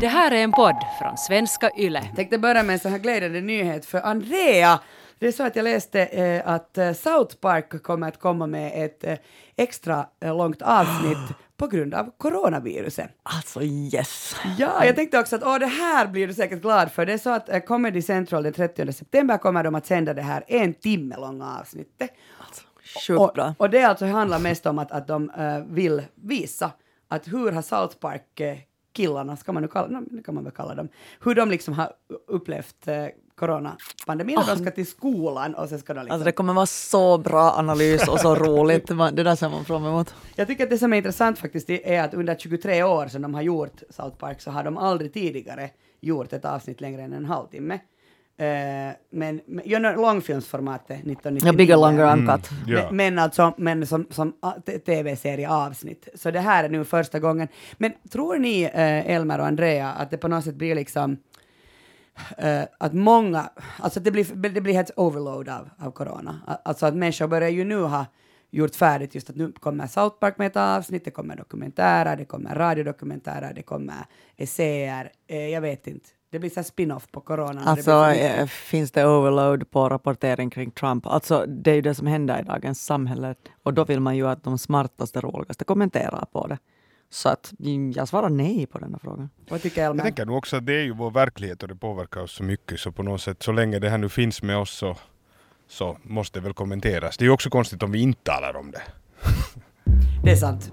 Det här är en podd från Svenska Yle. Jag tänkte börja med en så här glädjande nyhet för Andrea. Det är så att jag läste att South Park kommer att komma med ett extra långt avsnitt på grund av coronaviruset. Alltså yes! Ja, jag tänkte också att det här blir du säkert glad för. Det är så att Comedy Central den 30 september kommer de att sända det här 1 timme långa avsnittet. Alltså, sjukt bra. Och det alltså handlar mest om att de vill visa att hur har South Park killarna, ska man nu kalla dem, det kan man väl kalla dem, hur de liksom har upplevt coronapandemin och de ska till skolan och så ska de liksom... Alltså det kommer vara så bra analys och så roligt, det där ser man fram emot. Jag tycker att det som är intressant faktiskt är att under 23 år som de har gjort South Park så har de aldrig tidigare gjort ett avsnitt längre än en halvtimme. Men långfilmsformatet 1999. Ja, bigger, longer, uncut. Men alltså som tv-serieavsnitt. Så det här är nu första gången. Men tror ni, Elmer och Andrea, att det på något sätt blir liksom att många, alltså det blir helt overload av corona. Alltså att människor börjar ju nu ha gjort färdigt just att nu kommer South Park med ett avsnitt, det kommer dokumentärer, det kommer radiodokumentärer, det kommer essäer, jag vet inte. Det blir så spin-off på corona. Alltså finns det overload på rapportering kring Trump? Alltså det är ju det som händer i dagens samhälle och då vill man ju att de smartaste, roligaste kommenterar på det. Så att jag svarar nej på den här frågan. Vad tycker Elmer? Jag tänker nog också att det är ju vår verklighet och det påverkar oss så mycket så på något sätt så länge det här nu finns med oss så måste det väl kommenteras. Det är ju också konstigt om vi inte talar om det. Det är sant.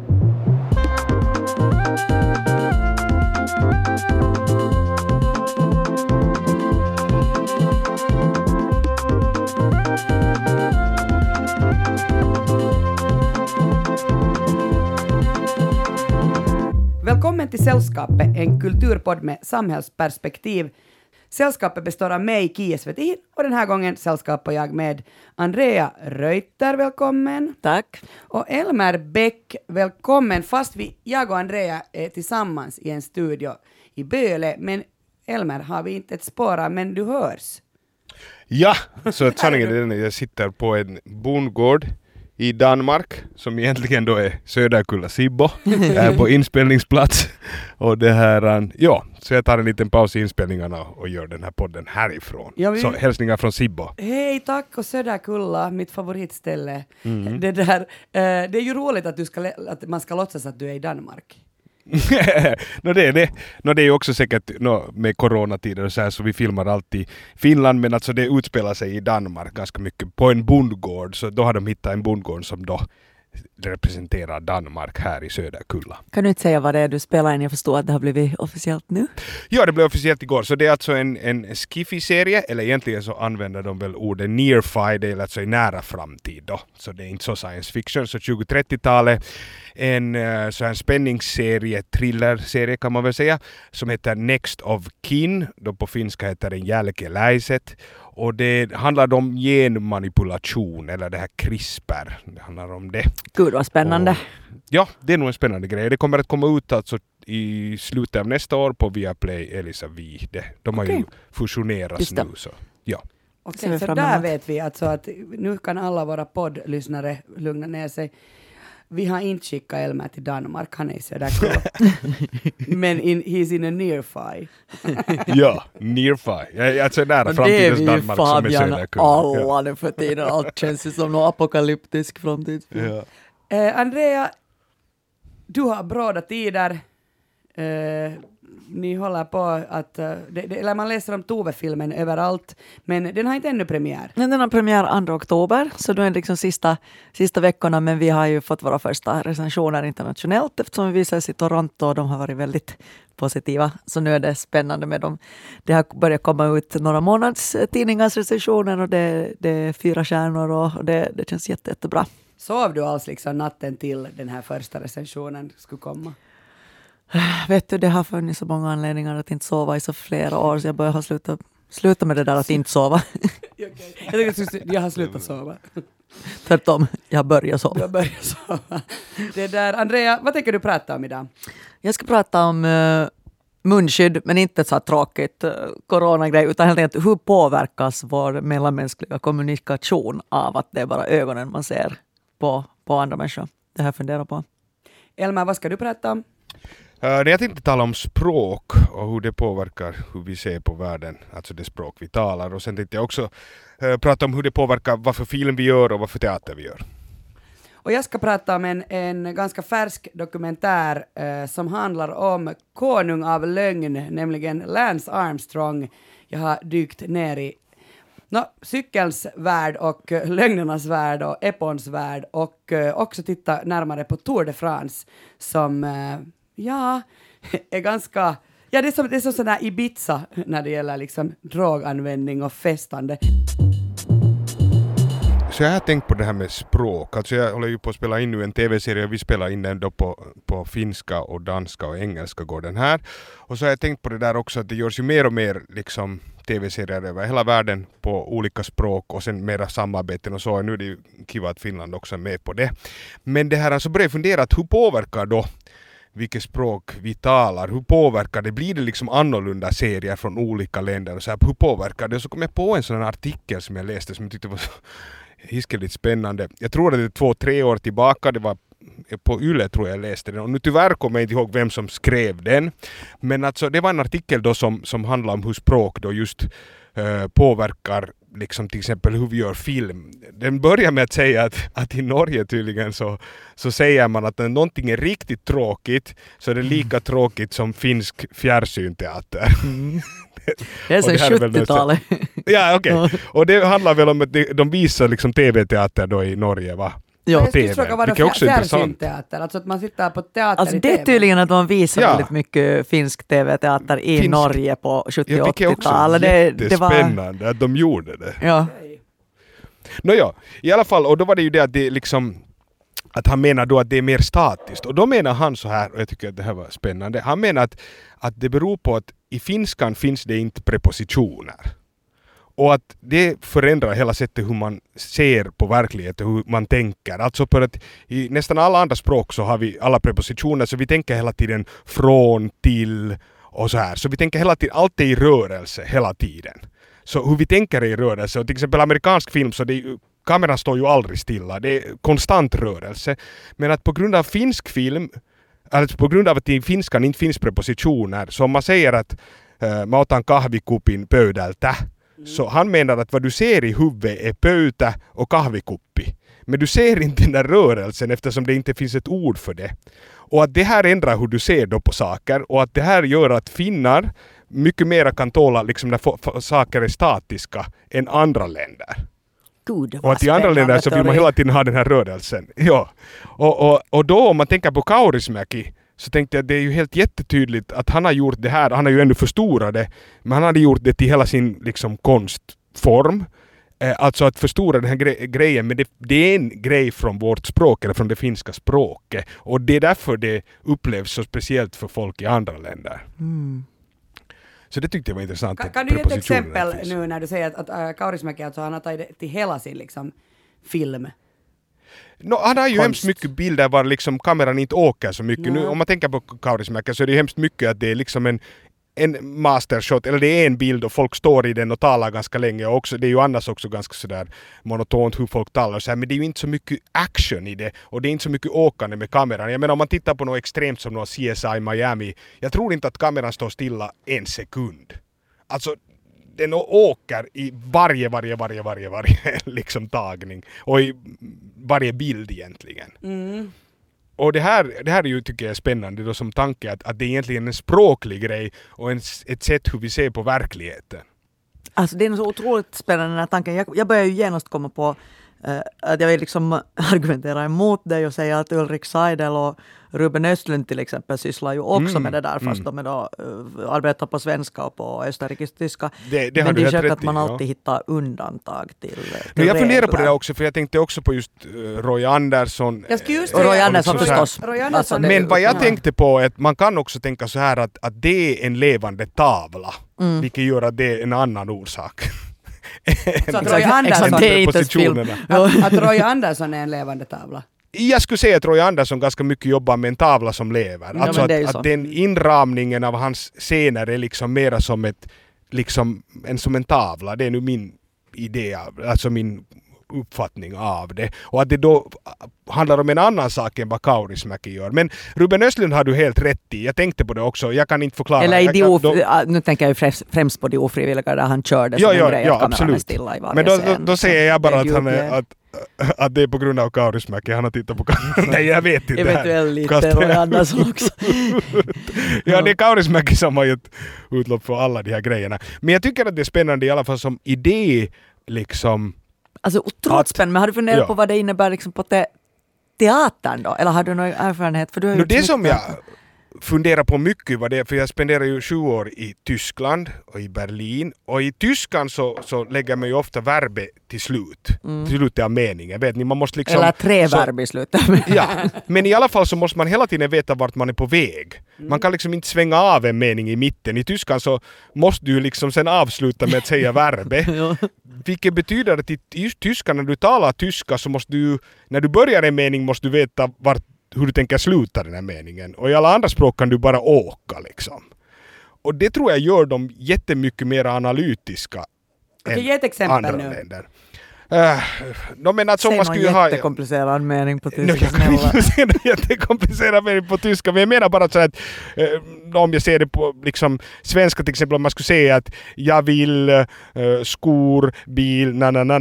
Välkommen till Sällskapet, en kulturpodd med samhällsperspektiv. Sällskapet består av mig, Kia Svetin, och den här gången sällskapar jag med Andrea Reuter, välkommen. Tack. Och Elmer Bäck, välkommen, fast jag och Andrea är tillsammans i en studio i Böle, men Elmer har vi inte ett spår av, men du hörs. Ja, så att sanningen är den att jag sitter på en bondgård i Danmark, som egentligen då är Söderkulla-Sibbo. Jag är på inspelningsplats. Och det här, så jag tar en liten paus i inspelningarna och gör den här podden härifrån. Så hälsningar från Sibbo. Hej, tack och Söderkulla, mitt favoritställe. Det är ju roligt att man ska låtsas att du är i Danmark. Det är det. Det är ju också säkert med coronatider och så här så vi filmar alltid Finland men alltså det utspelar sig i Danmark ganska mycket på en bondgård så då har de hittat en bondgård som då representerar Danmark här i Söderkulla. Kan du inte säga vad det är du spelar in? Jag förstår att det har blivit officiellt nu. Ja, det blev officiellt igår. Så det är alltså en skiffy-serie, eller egentligen så använder de väl ordet near-fi, det är alltså i nära framtid då. Så det är inte så science fiction, så 2030-talet. En spänningsserie, thrillerserie kan man väl säga, som heter Next of Kin, då på finska heter den Jälkeläiset. Och det handlar om genmanipulation, eller det här CRISPR. Det handlar om det. Gud vad spännande. Ja, det är nog en spännande grej. Det kommer att komma ut alltså i slutet av nästa år på Viaplay Elisa Vihde. De har ju fusionerats nu. Så, ja. Okej, så där vet vi alltså att nu kan alla våra poddlyssnare lugna ner sig. Vi har inte skickat Elmer till Danmark, han är i Söderkulla. Men he's in a near-fi. Ja, near-fi. Alltså nära framtidens Danmark som är Söderkulla. Alla nu för tiden. Allt känns ju som någon apokalyptisk framtid. Ja. Andrea, du har bråda tider. Ni håller på att... eller man läser om Tove-filmen överallt, men den har inte ännu premiär. Den har premiär 2 oktober, så då är det liksom sista veckorna, men vi har ju fått våra första recensioner internationellt eftersom vi visades i Toronto och de har varit väldigt positiva. Så nu är det spännande med dem. Det har börjat komma ut några månads tidningars recensioner och det är 4 stjärnor och det känns jättebra. Sov du alls liksom natten till den här första recensionen skulle komma? Vet du, det har funnits så många anledningar att inte sova i så flera år så jag börjar sluta med det där att inte sova. Jag har slutat sova. Tvärtom, jag börjar sova. Det där, Andrea, vad tänker du prata om idag? Jag ska prata om munskydd, men inte så tråkigt coronagrej, utan helt enkelt hur påverkas vår mellanmänskliga kommunikation av att det är bara ögonen man ser på andra människor. Det här funderar på. Elmer, vad ska du prata om? Jag tänkte tala om språk och hur det påverkar hur vi ser på världen, alltså det språk vi talar. Och sen tänkte jag också prata om hur det påverkar vad för film vi gör och vad för teater vi gör. Och jag ska prata om en ganska färsk dokumentär som handlar om konung av lögn, nämligen Lance Armstrong. Jag har dykt ner i cykelns värld och lögnernas värld och epons värld och också titta närmare på Tour de France som är ganska, det är som sån här Ibiza när det gäller liksom droganvändning och festande. Så jag har tänkt på det här med språk. Alltså jag håller ju på att spela in nu en tv-serie och vi spelar in den då på finska och danska och engelska går den här. Och så har jag tänkt på det där också att det görs ju mer och mer liksom tv-serier över hela världen på olika språk och sen mera samarbeten och så. Nu är det ju kiva att Finland också är med på det. Men det här alltså börjar fundera att hur påverkar då vilket språk vi talar, hur påverkar det, blir det liksom annorlunda serier från olika länder och så här, hur påverkar det? Och så kom jag på en sån artikel som jag läste som jag tyckte var så hiskeligt spännande. Jag tror att det är 2-3 år tillbaka, det var på Yle tror jag läste den och nu tyvärr kommer jag inte ihåg vem som skrev den. Men alltså det var en artikel då som handlar om hur språk då just påverkar liksom till exempel hur vi gör film. Den börjar med att säga att i Norge tydligen så säger man att när någonting är riktigt tråkigt så är det lika tråkigt som finsk fjärrsynteater. Det är så 70-talet. Ja, okej. Och det handlar väl om att de visar liksom tv-teater då i Norge, va? Ja, jag skulle fråga vad det är fjärrsynteater, alltså att man sitter på teater alltså i det är TV. tydligen att man visar väldigt mycket finsk tv-teater i Norge på 70-80-talet. Det är jättespännande att de gjorde det. Ja. Nåja, i alla fall, och då var det ju det att det liksom att han menar då att det är mer statiskt. Och då menar han så här, och jag tycker att det här var spännande, han menar att det beror på att i finskan finns det inte prepositioner. Och att det förändrar hela sättet hur man ser på verkligheten, hur man tänker. Alltså för att i nästan alla andra språk så har vi alla prepositioner, så vi tänker hela tiden från, till och så här. Så vi tänker hela tiden, allt är i rörelse hela tiden. Så hur vi tänker är i rörelse, och till exempel amerikansk film så kameran står ju aldrig stilla, det är konstant rörelse. Men att på grund av finsk film, alltså på grund av att i finskan inte finns prepositioner, så om man säger att mä otan kahvikupin pöydältä, så han menar att vad du ser i huvudet är pöytä och kahvikuppi. Men du ser inte den där rörelsen eftersom det inte finns ett ord för det. Och att det här ändrar hur du ser då på saker. Och att det här gör att finnar mycket mer kan tåla liksom när saker är statiska än andra länder. Och att i andra länder så vill man hela tiden ha den här rörelsen. Ja. Och då om man tänker på Kaurismäki så tänkte jag att det är ju helt jättetydligt att han har gjort det här. Han har ju ännu förstorat det. Men han hade gjort det till hela sin liksom konstform. Alltså att förstora den här grejen. Men det är en grej från vårt språk eller från det finska språket. Och det är därför det upplevs så speciellt för folk i andra länder. Mm. Så det tyckte jag var intressant. Kan du ge ett exempel nu när du säger att Kaurismäki alltså han har tagit det till hela sin liksom, film? Han har ju hemskt mycket bilder var liksom kameran inte åker så mycket. Nu, om man tänker på Kaurismäki så är det hemskt mycket att det är liksom en mastershot, eller det är en bild och folk står i den och talar ganska länge. Och också, det är ju annars också ganska sådär monotont hur folk talar så här, men det är ju inte så mycket action i det och det är inte så mycket åkande med kameran. Jag menar om man tittar på något extremt som något CSI Miami, jag tror inte att kameran står stilla en sekund. Alltså den åker i varje liksom tagning och i varje bild egentligen. Mm. Och det här är ju tycker jag är spännande då som tanke att det är egentligen en språklig grej och ett sätt hur vi ser på verkligheten. Alltså det är så otroligt spännande den här tanken. Jag börjar ju genast komma på att jag vill liksom argumentera emot det och säga att Ulrik Seidel och Ruben Östlund till exempel sysslar ju också med det där fast de är då arbetar på svenska och på österrikisk-tyska. Men det är säkert att man alltid hittar undantag till men jag funderar på det där också för jag tänkte också på just Roy Andersson. Och Roy Andersson förstås. Men vad jag tänkte på är att man kan också tänka så här att det är en levande tavla. Vilket gör att det är en annan orsak. Så att Roy Andersson är en levande tavla. Jag skulle säga att Roy Andersson ganska mycket jobbar med en tavla som lever. Ja, alltså att den inramningen av hans scener är liksom mera som som en tavla. Det är nu min idé, alltså min uppfattning av det. Och att det då handlar om en annan sak än vad Kaurismäki gör. Men Ruben Östlund har du helt rätt i. Jag tänkte på det också. Jag kan inte förklara. Eller nu tänker jag ju främst på de ofrivilliga där han körde som en grej att kameran är stilla i varje scen. Men då säger jag bara att det är på grund av Kaurismäki. Han har tittat på kameran. Nej, jag vet inte. Eventuellt lite Roy Andersson också. Ja, det är Kaurismäki som har gett utlopp för alla de här grejerna. Men jag tycker att det är spännande i alla fall som idé liksom. Alltså otroligt spännande. Men har du funderat på vad det innebär liksom på teatern då? Eller har du någon erfarenhet? För du har ju det som jag funderar på mycket var det, för jag spenderar ju 7 år i Tyskland och i Berlin. Och i Tyskland så lägger man ju ofta verbe till slut. Till slutet av meningen. Vet ni, man måste liksom, eller 3 verb i slutet. Ja, men i alla fall så måste man hela tiden veta vart man är på väg. Man kan liksom inte svänga av en mening i mitten. I Tyskland så måste du liksom sen avsluta med att säga verbe. Vilket betyder att i Tyskland, när du talar tyska så måste du, när du börjar en mening måste du veta hur du tänker sluta den här meningen. Och i alla andra språk kan du bara åka liksom. Och det tror jag gör dem jättemycket mer analytiska ge ett exempel andra nu. länder. Men alltså, säg man någon ha jättekomplicerad mening på tyska. Jag kan inte säga någon jättekomplicerad mening på tyska, men jag menar bara så att om jag ser det på liksom svenska till exempel, om man skulle säga att jag vill skor, bil,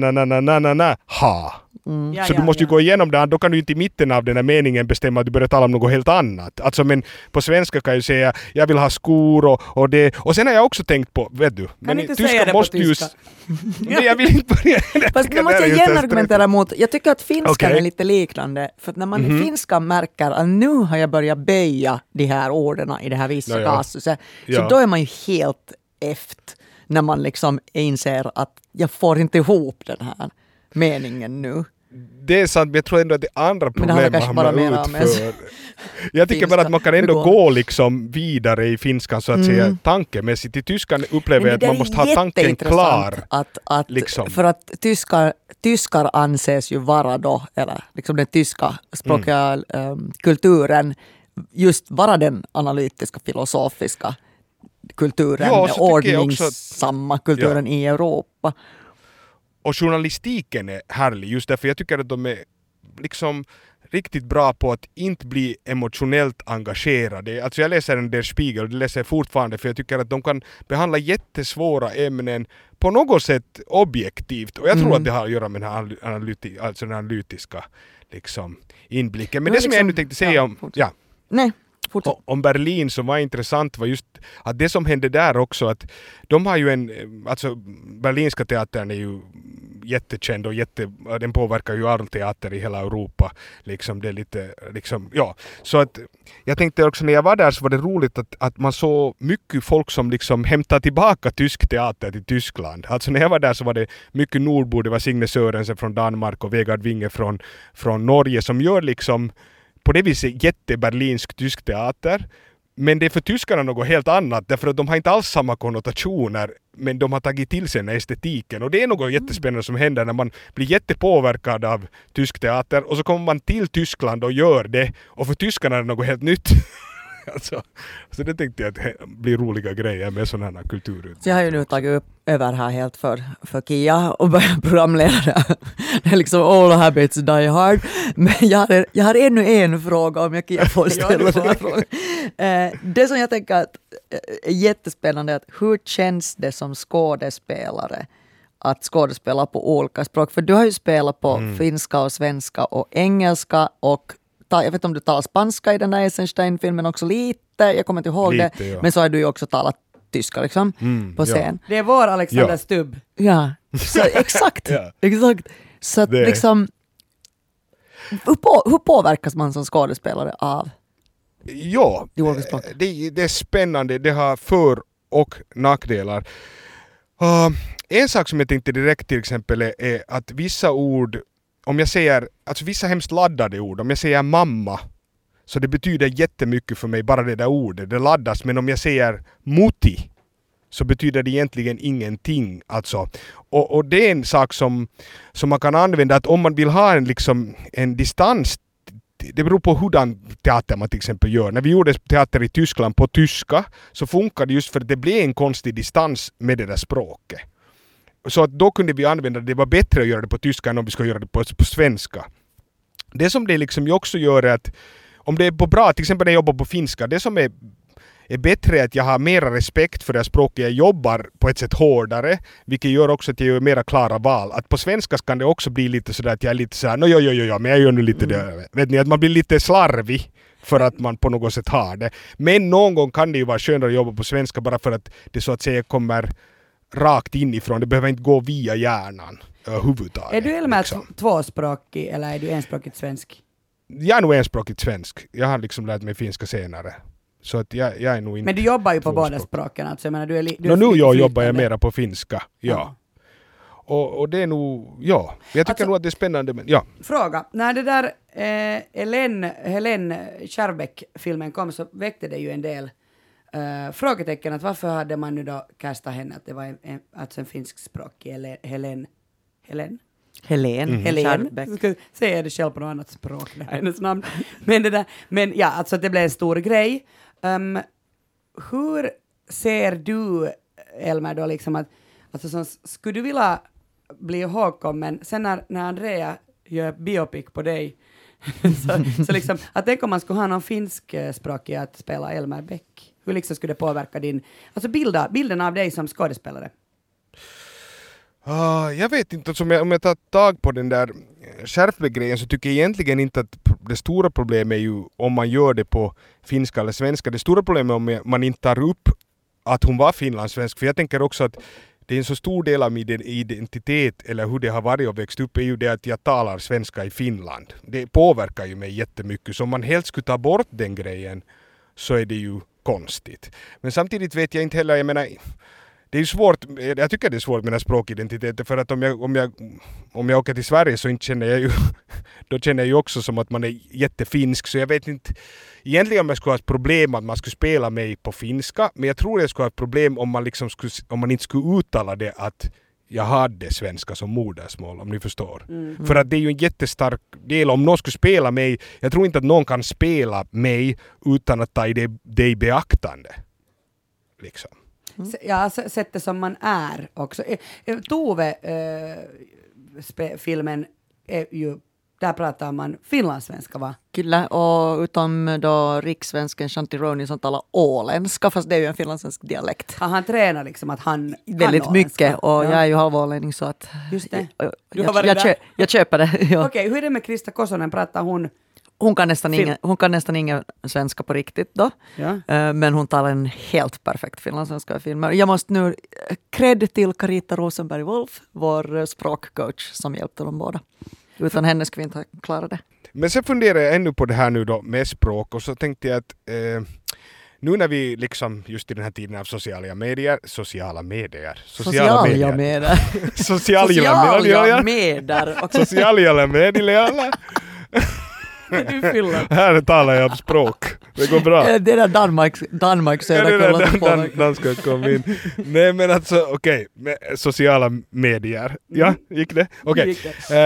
ha. Så du måste ju gå igenom det, då kan du inte i mitten av den här meningen bestämma att du börjar tala om något helt annat. Alltså, men på svenska kan jag säga jag vill ha skor och det. Och sen har jag också tänkt på, vet du, men inte säga det på tyska. Nej, jag vill inte börja. Fast nu måste jag igen argumentera mot, jag tycker att finskan är lite liknande. För att när man i finska märker att nu har jag börjat böja de här orden i det här vissa kasuset, så då är man ju helt efter när man liksom inser att jag får inte ihop den här meningen nu. Det är sant, men jag tror ändå att det är andra problem man hamnar ut för. Jag tycker bara att man kan ändå gå liksom vidare i finskan så att säga tankemässigt. I tyskan upplever jag att man måste ha tanken klar. Att liksom. För att tyskar anses ju vara då, eller liksom den tyska språkiga kulturen, just vara den analytiska, filosofiska kulturen, ordningsamma kulturen i Europa. Och journalistiken är härlig just därför jag tycker att de är liksom riktigt bra på att inte bli emotionellt engagerade. Alltså jag läser en Der Spiegel och det läser jag fortfarande för jag tycker att de kan behandla jättesvåra ämnen på något sätt objektivt. Och jag tror att det har att göra med den här analytiska liksom, inblicken. Men det som jag ännu tänkte säga om... Ja. Nej. Om Berlin som var intressant var just att det som hände där också att de har ju alltså berlinska teatern är ju jättekänd och den påverkar ju all teater i hela Europa liksom det är lite liksom så att jag tänkte också när jag var där så var det roligt att man såg mycket folk som liksom hämtar tillbaka tysk teater till Tyskland. Alltså när jag var där så var det mycket nordbor, det var Signe Sörensen från Danmark och Vegard Winge från Norge som gör liksom på det viset jätteberlinsk tysk teater. Men det är för tyskarna något helt annat därför att de har inte alls samma konnotationer men de har tagit till sig den estetiken och det är något jättespännande som händer när man blir jättepåverkad av tysk teater och så kommer man till Tyskland och gör det och för tyskarna är det något helt nytt. Alltså, så det tänkte jag att det blir roliga grejer med sådana här kulturer. Så jag har ju nu tagit över här helt för Kia och börjat programleda. Det är liksom all habits die hard. Men jag har ännu en fråga om jag Kia får ställa den här frågan. Det som jag tänker att är jättespännande är att hur känns det som skådespelare att skådespela på olika språk? För du har ju spelat på finska och svenska och engelska och jag vet inte om du talar spanska i den där Eisenstein-filmen också lite, jag kommer inte ihåg det, men så har du ju också talat tyska liksom på scen. Det är vår Alexander Stubb. Ja, så, exakt. Exakt. Så att liksom hur påverkas man som skådespelare av det är spännande, det har för- och nackdelar. En sak som jag tänkte direkt till exempel är att vissa ord, om jag säger, alltså vissa hemskt laddade ord, om jag säger mamma så det betyder jättemycket för mig bara det där ordet, det laddas, men om jag säger muti så betyder det egentligen ingenting alltså. Och det är en sak som man kan använda att om man vill ha en distans, det beror på hurdan teater man till exempel gör. När vi gjorde teater i Tyskland på tyska så funkar det just för att det blev en konstig distans med det där språket. Så att då kunde vi använda det var bättre att göra det på tyska än om vi ska göra det på svenska. Det som det liksom också gör är att om det är på bra, till exempel när jag jobbar på finska, det som är bättre är att jag har mera respekt för det språket. Jag jobbar på ett sätt hårdare, vilket gör också att jag gör mera klara val. Att på svenska kan det också bli lite sådär att jag är lite såhär, men jag gör nu lite det. Vet ni, att man blir lite slarvig för att man på något sätt har det. Men någon gång kan det ju vara skönare att jobba på svenska bara för att det så att säga kommer rakt inifrån. Det behöver inte gå via hjärnan överhuvudtaget. Är du Elmer liksom tvåspråkig eller är du enspråkigt svensk? Jag är nog enspråkigt svensk. Jag har liksom lärt mig finska senare. Så att jag är nog inte... Men du jobbar ju på båda språken. Alltså, jag menar, nu jobbar jag mera på finska. Ja. Och det är nog... Ja, jag tycker nog att det är spännande. Men, ja. Fråga. När det där Helene Kärrbäck-filmen kom så väckte det ju en del frågetecken. Att varför hade man nu då kastat henne? Att det var en finskspråkig Helene Kärrbäck. Säger det själv på något annat språk, det här hennes namn. Men ja, alltså det blev en stor grej. Hur ser du, Elmer, då liksom att alltså, skulle du vilja bli ihågkommen sen när Andrea gör biopic på dig så liksom, att tänk om man skulle ha någon finskspråkig att spela Elmer Bäck. Hur liksom skulle det påverka din, alltså bilden av dig som skådespelare? Jag vet inte, alltså, om jag tar tag på den där Kärrbäck-grejen så tycker jag egentligen inte att det stora problemet är ju om man gör det på finska eller svenska. Det stora problemet är om man inte tar upp att hon var finlandssvensk. För jag tänker också att det är en så stor del av min identitet eller hur det har varit och växt upp är ju det att jag talar svenska i Finland. Det påverkar ju mig jättemycket. Så om man helst skulle ta bort den grejen så är det ju konstigt. Men samtidigt vet jag inte heller, jag menar... Det är ju svårt, jag tycker det är svårt med den språkidentiteten för att om jag åker till Sverige så inte känner jag ju, då känner jag ju också som att man är jättefinsk så jag vet inte, egentligen om jag skulle ha ett problem att man skulle spela mig på finska men jag tror jag skulle ha ett problem om man inte skulle uttala det att jag hade svenska som modersmål om ni förstår. För att det är ju en jättestark del om någon skulle spela mig, jag tror inte att någon kan spela mig utan att ta det i beaktande. Liksom. Ja, sättet som man är också. Tove-filmen är ju, där pratar man finlandssvenska, va? Kyllä, och utom då rikssvensken Shantironi som talar åländska, fast det är ju en finlandssvensk dialekt. Han tränar liksom att han väldigt mycket, och jag är ju halvålänning så att... Just det. Jag köper det. Ja. Okej, hur är det med Krista Kosonen? Pratar hon... Hon kan nästan ingen svenska på riktigt då. Ja. Men hon talar en helt perfekt finlandssvenska i filmer. Jag måste nu cred till Carita Rosenberg-Wolf, vår språkcoach som hjälpte dem båda. Utan henne skulle vi inte klara det. Men sen funderar jag ännu på det här nu då med språk och så tänkte jag att nu när vi liksom just i den här tiden av sociala medier här talar jag om språk. Det går bra. Det är Danmark danska kom in. Nej men alltså okej. Sociala medier. Ja, gick det? Okej.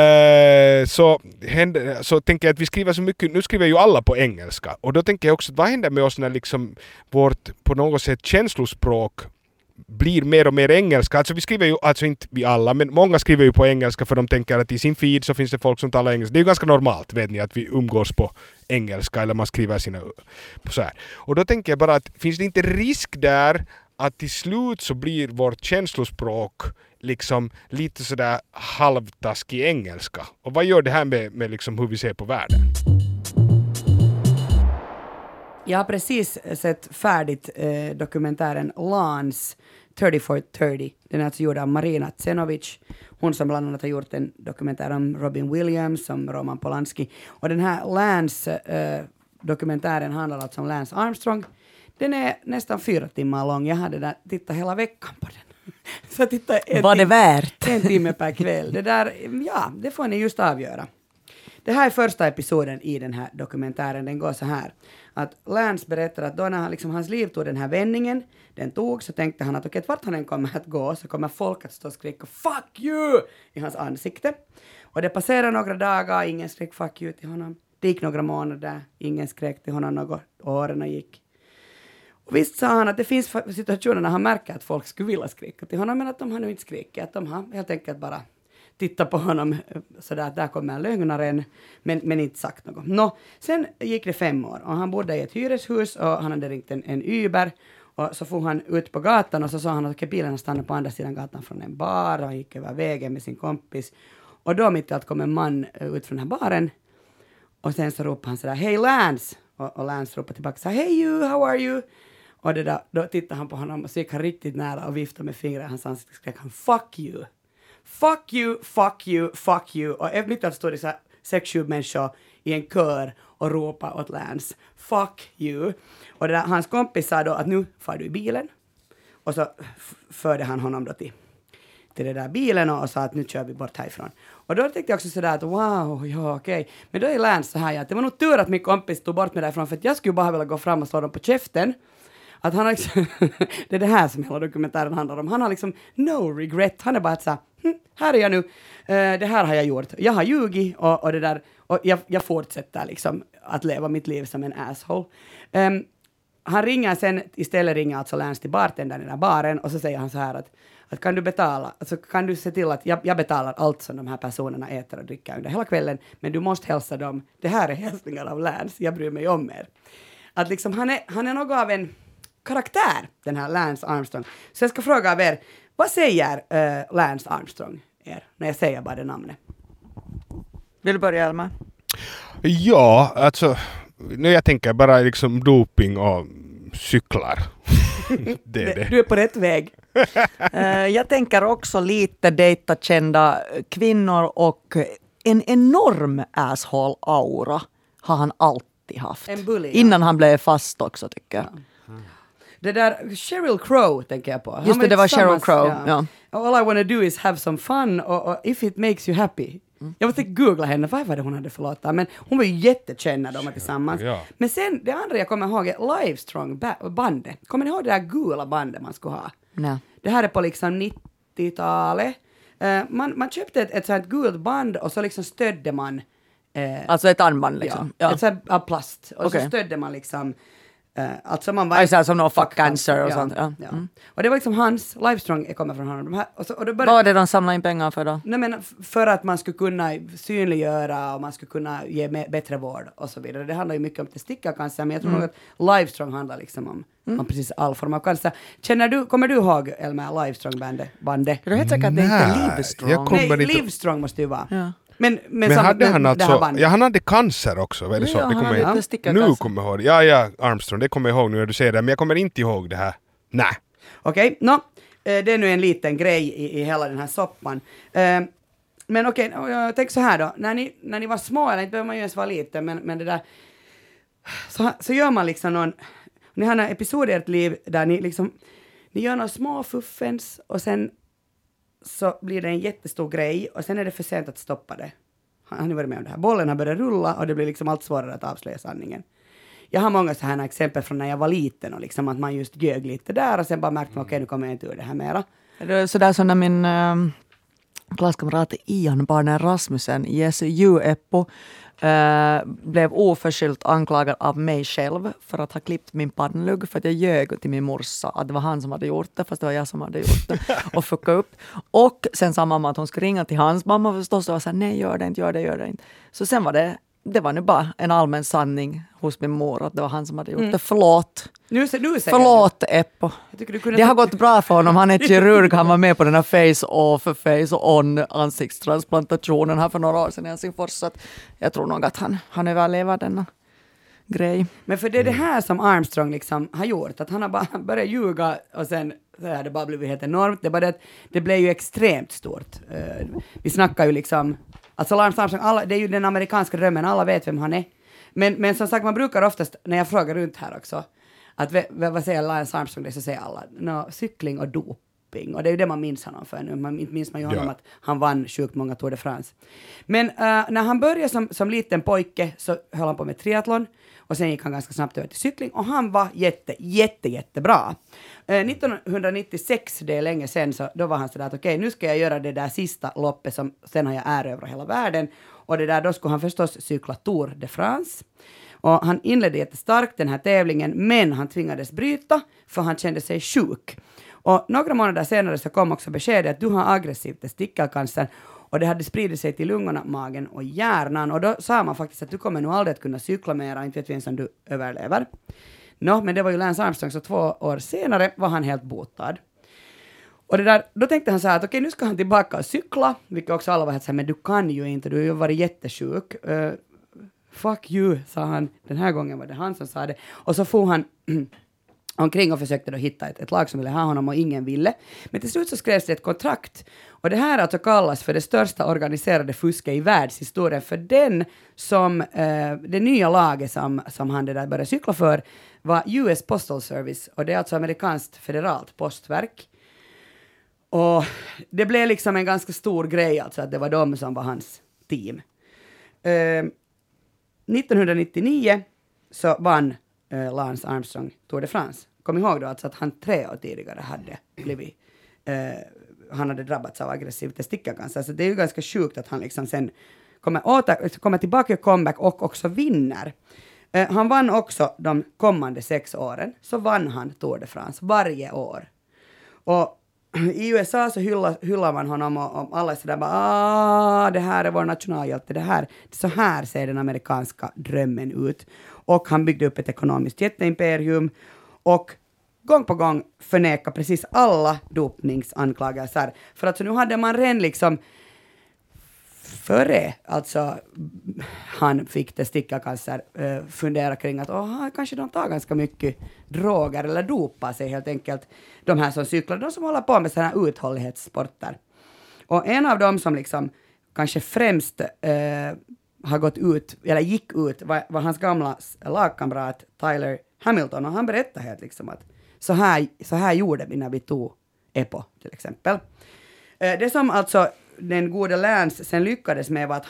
Så tänker jag att vi skriver så mycket. Nu skriver ju alla på engelska. Och då tänker jag också, vad händer med oss när liksom vårt på något sätt känslospråk blir mer och mer engelska. Alltså vi skriver ju, alltså inte vi alla, men många skriver ju på engelska för de tänker att i sin feed så finns det folk som talar engelska. Det är ju ganska normalt, vet ni, att vi umgås på engelska eller man skriver sina på så här. Och då tänker jag bara att finns det inte risk där att till slut så blir vårt känslospråk liksom lite sådär halvtaskig engelska. Och vad gör det här med liksom hur vi ser på världen? Jag har precis sett färdigt dokumentären Lance 30 for 30. Den är alltså gjord av Marina Tsenovic. Hon som bland annat har gjort en dokumentär om Robin Williams, om Roman Polanski. Och den här Lance-dokumentären handlar alltså om Lance Armstrong. Den är nästan 4 timmar lång. Jag hade tittat hela veckan på den. Så var det värt? 1 timme per kväll. Det där, ja, det får ni just avgöra. Det här är första episoden i den här dokumentären. Den går så här. Att Lance berättar att då när hans liv tog den här vändningen, så tänkte han att okej, vart han än kommer att gå så kommer folk att stå och skrika fuck you i hans ansikte. Och det passerar några dagar, ingen skrek fuck you till honom. Det gick några månader, ingen skrek till honom något, åren gick. Och visst sa han att det finns situationer när han märker att folk skulle vilja skrika till honom, men att de har nu inte skrikit, att de har helt enkelt bara tittat på honom sådär att där kommer en lögnaren, men inte sagt något. Sen gick det 5 år och han bodde i ett hyreshus och han hade ringt en Uber. Och så får han ut på gatan och så sa han att bilen stannade på andra sidan gatan från en bar och han gick över vägen med sin kompis. Och då mitt i allt kom en man ut från den här baren och sen så ropade han sådär, hej Lance! Och Lance ropade tillbaka så hey you, how are you? Och det där, då tittade han på honom och så gick han riktigt nära och viftade med fingrar i hans ansikte och skrek han, fuck you! Fuck you, fuck you, fuck you! Och mitt i allt stod det så här 6-7 människor i en kör och ropa åt Lance, fuck you. Och det där, hans kompis sa då att nu far du i bilen. Och så förde han honom då till den där bilen och sa att nu kör vi bort härifrån. Och då tänkte jag också sådär att wow, ja okej. Men då är Lance så här att det var nog tur att min kompis tog bort mig därifrån för att jag skulle bara vilja gå fram och slå dem på käften. Att han har liksom, det är det här som hela dokumentären handlar om. Han har liksom no regret. Han är bara att säga, här är jag nu. Det här har jag gjort. Jag har ljugit och det där. Och jag fortsätter liksom att leva mitt liv som en asshole. Han ringer sen, istället ringer alltså Lance till bartendern i den här baren och så säger han så här att kan du betala, alltså kan du se till att jag betalar allt som de här personerna äter och dricker under hela kvällen, men du måste hälsa dem. Det här är hälsningar av Lance, jag bryr mig om er. Att liksom han är något av en karaktär, den här Lance Armstrong. Så jag ska fråga av er, vad säger Lance Armstrong er när jag säger bara det namnet? Vill du börja, Elma? Ja, alltså nu jag tänker bara liksom doping och cyklar. Det är det. Du är på rätt väg. Jag tänker också lite dejta kända kvinnor och en enorm asshole-aura har han alltid haft. En bully, ja. Innan han blev fast också tycker jag. Ja. Det där Sheryl Crow tänker jag på. Just det var Sheryl Crow. Ja. All I wanna do is have some fun och if it makes you happy. Jag måste googla henne, vad var det hon hade för låtar? Men hon var ju jättekänd när de var tillsammans. Ja. Men sen, det andra jag kommer ihåg är Livestrong-bandet. Kommer ni ihåg det där gula bandet man skulle ha? Nej. Det här är på liksom 90-talet. Man köpte ett sånt gult band och så liksom stödde man... Alltså ett armband liksom? Ja. Ett sånt av plast. Och Okay. så stödde man liksom... alltså man var... Alltså som någon fuck cancer och sånt. Ja. Ja. Och det var liksom hans... Livestrong kommer från honom. De här, och då Vad var det de samlade in pengar för då? Nej, men för att man skulle kunna synliggöra och man skulle kunna ge bättre vård och så vidare. Det handlar ju mycket om testikelcancer, men jag tror nog att Livestrong handlar liksom om precis all form av cancer. Kommer du ihåg, Elma, Livestrong-bandet? Är du helt säker att det inte är Livestrong? Nej, Livestrong måste ju vara. Ja. Men hade han alltså, ja, han hade cancer också, var det så? Ja, Det han kommer hade jag, testikelcancer. nu kommer jag ihåg. Ja, Armstrong, det kommer jag ihåg nu när du säger det, men jag kommer inte ihåg det här. Nej. Okej, det är nu en liten grej i hela den här soppan. Men okej, jag tänker så här då. När ni var små, eller inte behöver man ju ens vara liten, men det där... Så gör man liksom någon... Ni har en episod i ert liv där ni gör några små fuffens och sen så blir det en jättestor grej och sen är det för sent att stoppa det. Har ni varit med om det här? Bollen har börjat rulla och det blir liksom allt svårare att avslöja sanningen. Jag har många så här exempel från när jag var liten och liksom att man just ljög lite där och sen bara märkte man okej, nu kommer jag inte ur det här mera. Det är sådär som när min klasskamrat Ian Barner Rasmussen i SU-Eppo blev oförskyllt anklagad av mig själv för att ha klippt min pannlugg för att jag ljög till min morsa att det var han som hade gjort det fast det var jag som hade gjort det och fucka upp. Och sen sa mamma att hon skulle ringa till hans mamma förstås och sa nej gör det inte. Så sen var det var nu bara en allmän sanning hos min mor att det var han som hade gjort det. Förlåt. Förlåt Eppo. Det har gått bra för honom. Han är kirurg. Han var med på den här face on ansiktstransplantationen här för några år sedan i Helsingfors. Så att jag tror nog att han överlever denna grej. Men för det är det här som Armstrong liksom har gjort. Att han har bara börjat ljuga och sen så har det bara blivit helt enormt. Det är bara det, det blev ju extremt stort. Vi snackar ju liksom... Alltså Lance Armstrong, det är ju den amerikanska drömmen. Alla vet vem han är. Men som sagt, man brukar oftast, när jag frågar runt här också, att vad säger Lance Armstrong, det så säger alla cykling och doping. Och det är ju det man minns honom för nu. Minns man ju honom att han vann sjukt många Tour de France. Men när han började som liten pojke så höll han på med triathlon. Och sen gick han ganska snabbt över till cykling. Och han var jättebra. 1996, det är länge sen, så då var han sådär att okej, nu ska jag göra det där sista loppet som sen har jag erövrat hela världen. Och det där, då skulle han förstås cykla Tour de France. Och han inledde jättestarkt den här tävlingen, men han tvingades bryta för han kände sig sjuk. Och några månader senare så kom också beskedet att du har aggressiv testikelcancer och det hade spridit sig till lungorna, magen och hjärnan. Och då sa man faktiskt att du kommer nog aldrig att kunna cykla mera, inte vet vi ens om du överlever. Men det var ju Lance Armstrong, så 2 år senare var han helt botad. Och då tänkte han så här att okej, nu ska han tillbaka och cykla, vilket också alla var helt så här, men du kan ju inte, du har ju varit jättesjuk. Fuck you, sa han. Den här gången var det han som sa det. Och så får han omkring och försökte då hitta ett lag som ville ha honom och ingen ville. Men till slut så skrevs det ett kontrakt. Och det här alltså kallas för det största organiserade fusket i världshistorien. För det nya laget som han det där började cykla för var US Postal Service. Och det är alltså amerikanskt federalt postverk. Och det blev liksom en ganska stor grej alltså att det var de som var hans team. 1999 så vann Lance Armstrong Tour de France. Kom ihåg då alltså att han 3 år tidigare hade blivit han hade drabbats av aggressiv testikelcancer. Så det är ju ganska sjukt att han liksom sen kommer tillbaka i comeback och också vinner. Han vann också de kommande 6 åren. Så vann han Tour de France varje år. Och i USA så hyllar man honom och alla är sådär bara det här är vår nationalhjälte, det här, så här ser den amerikanska drömmen ut. Och han byggde upp ett ekonomiskt jätteimperium och gång på gång förnekar precis alla dopningsanklagelser. För att så nu hade man redan liksom före alltså han fick testikelcancer fundera kring att kanske de tar ganska mycket droger eller dopar sig helt enkelt, de här som cyklar, de som håller på med sådana här uthållighetssporter. Och en av dem som liksom kanske främst har gått ut, eller gick ut, var hans gamla lagkamrat Tyler Hamilton, och han berättade helt liksom att så här gjorde vi när vi tog EPO till exempel. Det som alltså den gode Lance sen lyckades med var att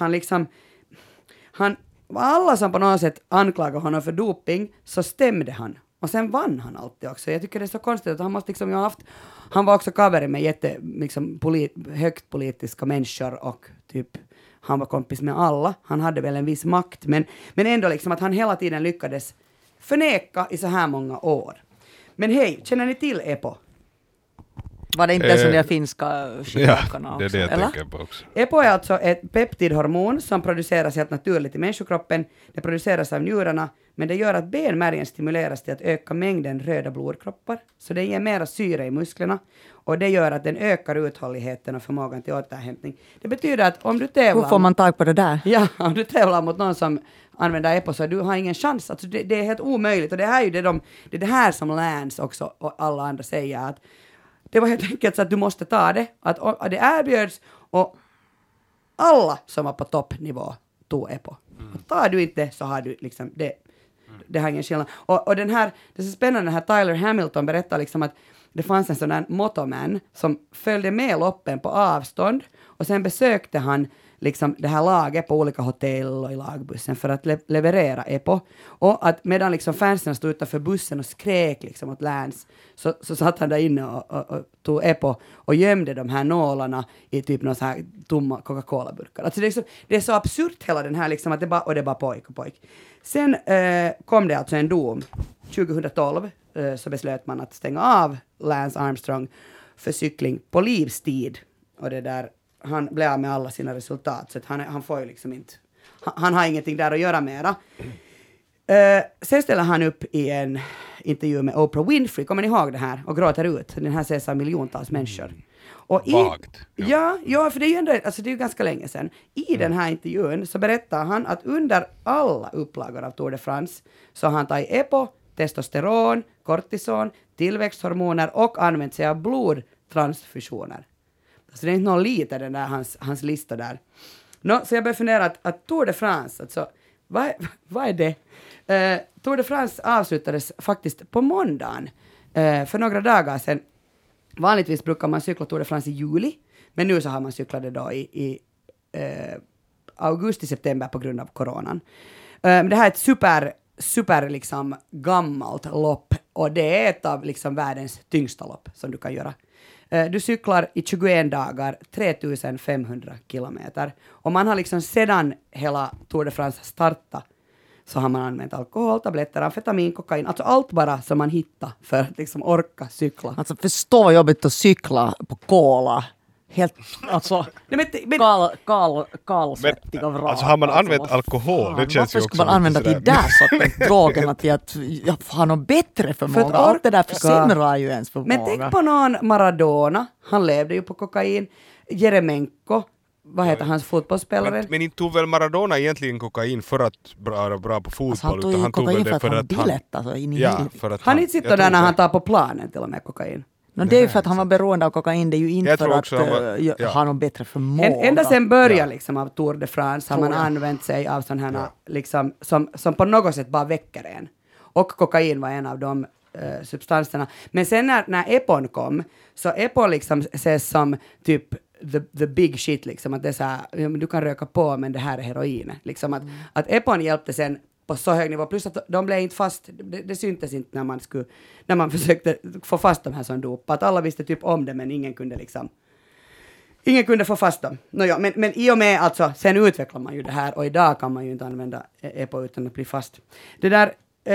han alla som på något sätt anklagade honom för doping så stämde han. Och sen vann han alltid också. Jag tycker det är så konstigt att han måste liksom han var också cover med högt politiska människor och typ han var kompis med alla. Han hade väl en viss makt, men ändå liksom att han hela tiden lyckades förneka i så här många år. Men hej, känner ni till EPO? Var det inte som de finska skidåkarna också? Ja, det är det jag tänker på också. EPO är alltså ett peptidhormon som produceras helt naturligt i människokroppen. Det produceras av njurarna, men det gör att benmärgen stimuleras till att öka mängden röda blodkroppar. Så det ger mera syre i musklerna och det gör att den ökar uthålligheten och förmågan till återhämtning. Det betyder att om du tävlar... Hur får man tag på det där? Ja, om du tävlar mot någon som använder EPO så du har ingen chans. Alltså det är helt omöjligt och det här är ju det här som Lance också och alla andra säger att det var helt enkelt så att du måste ta det. Att det erbjöds och alla som var på toppnivå tog EPO. Och tar du inte så har du liksom det har ingen skillnad. Och det är så spännande, den här Tyler Hamilton berättar liksom att det fanns en sån där motoman som följde med loppen på avstånd och sen besökte han liksom det här laget på olika hotell och i lagbussen för att leverera EPO. Och att medan liksom fansen stod utanför bussen och skrek liksom åt Lance så satt han där inne och tog EPO och gömde de här nålarna i typ någon så här tomma Coca-Cola-burkar. Alltså det är så absurt hela den här liksom att det bara pojk. Sen kom det alltså en dom 2012 så beslöt man att stänga av Lance Armstrong för cykling på livstid. Och det där han blev av med alla sina resultat så att han får ju liksom inte han har ingenting där att göra mera. Sen ställer han upp i en intervju med Oprah Winfrey, kommer ni ihåg det här? Och gråter ut. Den här ses av miljontals människor. Och Vagt. Ja, för det är ju ändå, alltså det är ju ganska länge sedan. I den här intervjun så berättar han att under alla upplagor av Tour de France så har han tagit EPO, testosteron, kortison, tillväxthormoner och använt sig av blodtransfusioner. Så det är inte någon lite den där hans lista där. Så jag började fundera att Tour de France, alltså, vad är det? Tour de France avslutades faktiskt på måndagen för några dagar sedan. Vanligtvis brukar man cykla Tour de France i juli, men nu så har man cyklat det då i augusti-september på grund av coronan. Det här är ett super liksom gammalt lopp och det är ett av liksom världens tyngsta lopp som du kan göra. Du cyklar i 21 dagar 3500 kilometer och man har liksom sedan hela Tour de France startat så har man använt alkohol, tabletter, amfetamin, kokain, alltså allt bara som man hittar för att liksom orka cykla. Alltså förstå jobbigt att cykla på kola. Helt, alltså, kalsvettiga vrak. Alltså har man använt alkohol, det känns ju också. Varför ska man använda till där sortens drogerna till att jag har något bättre förmåga? Allt det där försämrar ju ens förmåga. Men tänk på någon Maradona, han levde ju på kokain. Jeremenko, vad heter hans fotbollsspelare? Men inte tog väl Maradona egentligen kokain för att vara bra på fotboll? Alltså han tog ju kokain för att han bilett, alltså in i Han inte sitter där när han tar på planen till och med kokain. No, det är ju för att han var beroende av kokain, det är ju inte för att ha någon bättre förmåga. Ända sen början liksom, av Tour de France har man använt sig av sådana här liksom, som på något sätt bara väcker en. Och kokain var en av de substanserna. Men sen när Epon kom, så Epon liksom ses som typ the big shit, liksom, att det är så här, du kan röka på men det här är heroin. Liksom att Epon hjälpte sen på så hög nivå, plus att de blev inte fast, det syntes inte när man försökte få fast de här som dopade, att alla visste typ om det men ingen kunde få fast dem. Men i och med alltså, sen utvecklar man ju det här och idag kan man ju inte använda EPO utan att bli fast. Det där,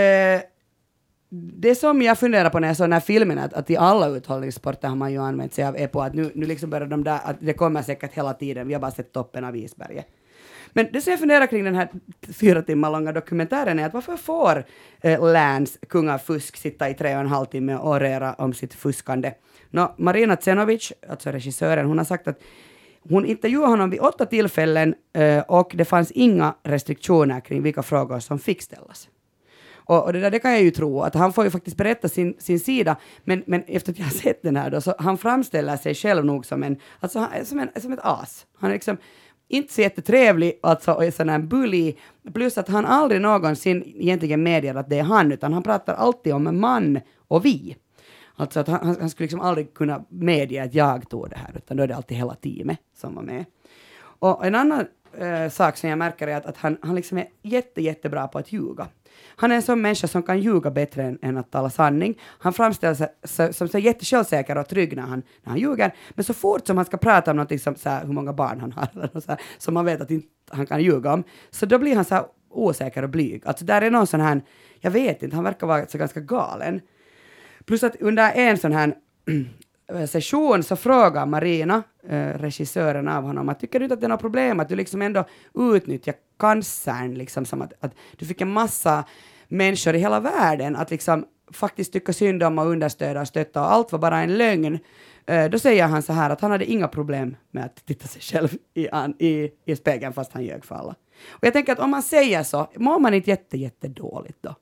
det som jag funderar på när jag såg den här filmen, att i alla uthållningssporter har man ju använt sig av EPO, att nu liksom börjar de där, att det kommer säkert hela tiden, vi har bara sett toppen av isberget. Men det som jag funderar kring den här 4 timmar långa dokumentären är att varför får Lance, kung av fusk, sitta i 3,5 timmar och orera om sitt fuskande? Marina Tsenovic, alltså regissören, hon har sagt att hon intervjuade honom vid 8 tillfällen och det fanns inga restriktioner kring vilka frågor som fick ställas. Och det kan jag ju tro, att han får ju faktiskt berätta sin sida, men efter att jag har sett den här då, så han framställer sig själv nog som ett as. Han är liksom inte så jättetrevlig, alltså, och är sån här bully, plus att han aldrig någonsin egentligen medger att det är han, utan han pratar alltid om man och vi. Alltså att han skulle liksom aldrig kunna medge att jag tog det här, utan då är det alltid hela teamet som var med. Och en annan sak som jag märker är att han liksom är jättebra på att ljuga. Han är en sån människa som kan ljuga bättre än att tala sanning. Han framställer sig som så jättesjälvsäker och trygg när han ljuger. Men så fort som han ska prata om något som så här, hur många barn han har, eller så här, som man vet att inte han kan ljuga om, så då blir han så här osäker och blyg. Alltså där är någon sån här, jag vet inte, han verkar vara så ganska galen. Plus att under en sån här session så frågar Marina, regissören av honom, att tycker du inte att det är något problem att du liksom ändå utnyttjar cancern, liksom som att du fick en massa människor i hela världen att liksom faktiskt tycka synd om och understöda och stötta, och allt var bara en lögn. Då säger han så här att han hade inga problem med att titta sig själv i spegeln fast han ljög för alla. Och jag tänker att om man säger så, mår man inte jättedåligt då?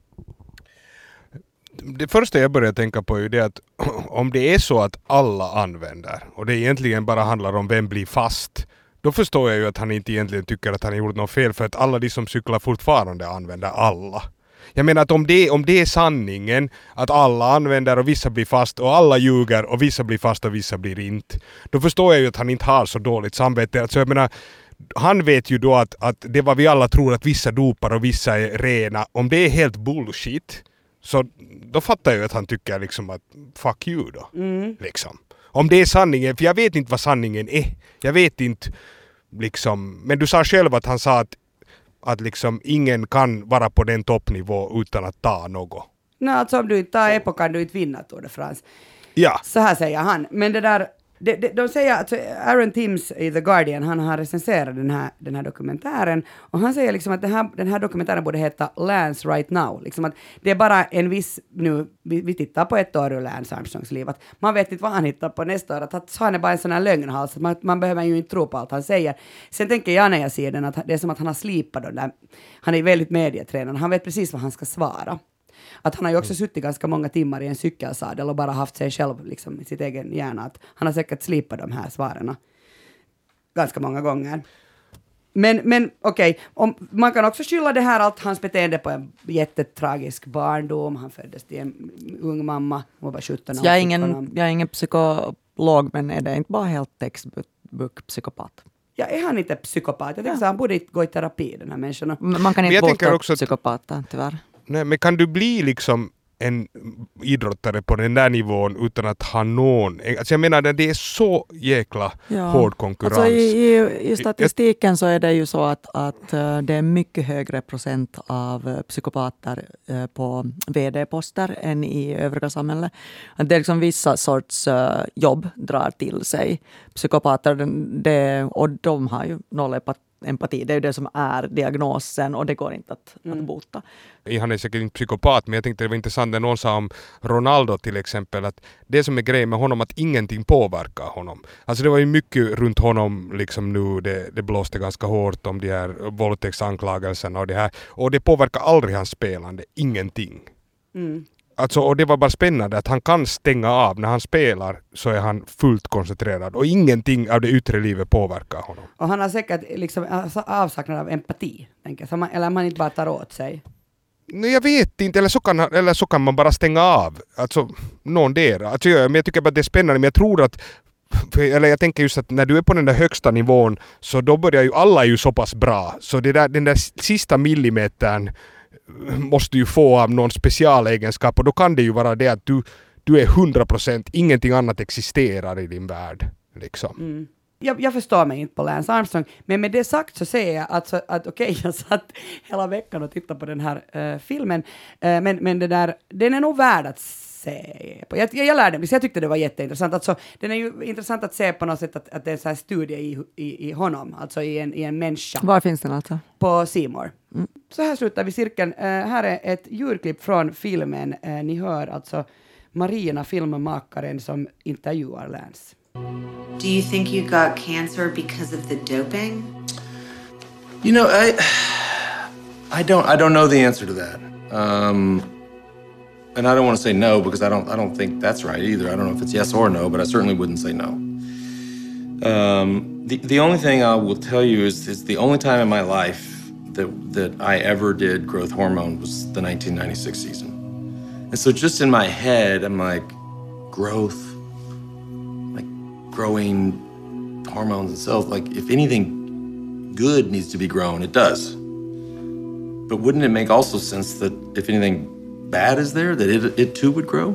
Det första jag börjar tänka på är det att om det är så att alla använder och det egentligen bara handlar om vem blir fast, då förstår jag ju att han inte egentligen tycker att han har gjort något fel, för att alla de som cyklar fortfarande använder alla. Jag menar att om det är sanningen att alla använder och vissa blir fast och alla ljuger och vissa blir fast och vissa blir inte, då förstår jag ju att han inte har så dåligt samvete. Alltså jag menar, han vet ju då att det var vi alla tror att vissa dopar och vissa är rena, om det är helt bullshit, så då fattar jag att han tycker liksom att fuck you då. Liksom. Om det är sanningen, för jag vet inte vad sanningen är. Jag vet inte liksom, men du sa själv att han sa att liksom ingen kan vara på den toppnivå utan att ta något. Nej, alltså om du inte tar EPO kan du inte vinna Tour de France. Ja. Så här säger han. Men det där, de säger att Aaron Timms i The Guardian, han har recenserat den här dokumentären, och han säger liksom att den här dokumentären borde heta Lance Right Now. Liksom att det är bara en viss, nu vi tittar på ett år ur Lance Armstrongs liv, att man vet inte vad han hittar på nästa år, att han är bara en sån här lögnhals, att man behöver ju inte tro på allt han säger. Sen tänker jag när jag ser den att det är som att han har slipat den där, han är väldigt medietränad, han vet precis vad han ska svara. Att han har ju också suttit ganska många timmar i en cykelsadel och bara haft sig själv liksom i sitt egen hjärna. Att han har säkert slipat de här svaren ganska många gånger. Men okej, man kan också skylla det här, allt hans beteende på en jättetragisk barndom. Han föddes till en ung mamma, hon var bara 17 år. Jag är ingen psykolog, men är det inte bara helt textbook-psykopat? Ja, är han inte psykopat? Jag tänker så han borde inte gå i terapi, den här människan. Man kan inte bota psykopater, tyvärr. Nej, men kan du bli liksom en idrottare på den där nivån utan att ha någon. Alltså jag menar, det är så jäkla hård konkurrens. Alltså i statistiken så är det ju så att det är mycket högre procent av psykopater på vd-poster än i övriga samhället. Att det är liksom vissa sorts jobb drar till sig psykopater och de har ju noll empati. Det är ju det som är diagnosen och det går inte att bota. Han är säkert inte psykopat, men jag tänkte det var intressant när någon sa om Ronaldo till exempel, att det som är grejen med honom att ingenting påverkar honom. Alltså det var ju mycket runt honom liksom nu, det blåste ganska hårt om de här våldtäktsanklagelserna och det här. Och det påverkar aldrig hans spelande, ingenting. Alltså, och det var bara spännande att han kan stänga av. När han spelar så är han fullt koncentrerad och ingenting av det yttre livet påverkar honom. Och han har säkert liksom avsaknad av empati, tänker jag. Eller man inte bara tar åt sig. Nej, jag vet inte, eller så kan man bara stänga av. Alltså, någon där. Alltså, jag tycker bara att det är spännande, men jag tror att eller jag tänker just att när du är på den där högsta nivån så då börjar ju alla ju så pass bra. Så den där sista millimetern måste ju få av någon specialegenskap och då kan det ju vara det att du är 100%, ingenting annat existerar i din värld. Liksom. Jag förstår mig inte på Lance Armstrong, men med det sagt så säger jag att okej, jag satt hela veckan och tittade på den här filmen, men den är nog värd att se på. Jag lärde mig, så jag tyckte det var jätteintressant. Alltså, den är ju intressant att se på något sätt att det är en sån här studie i honom, alltså i en människa. Var finns den alltså? På C More. Så här slutar vi cirkeln. Här är ett ljudklipp från filmen. Ni hör alltså Marina, filmmakaren, som intervjuar Lance. Do you think you got cancer because of the doping? You know, I don't know the answer to that. And I don't want to say no because I don't think that's right either. I don't know if it's yes or no, but I certainly wouldn't say no. The only thing I will tell you is the only time in my life that I ever did growth hormone was the 1996 season. And so just in my head, I'm like, growth, like growing hormones and cells, like if anything good needs to be grown, it does. But wouldn't it make also sense that if anything bad is there, that it too would grow?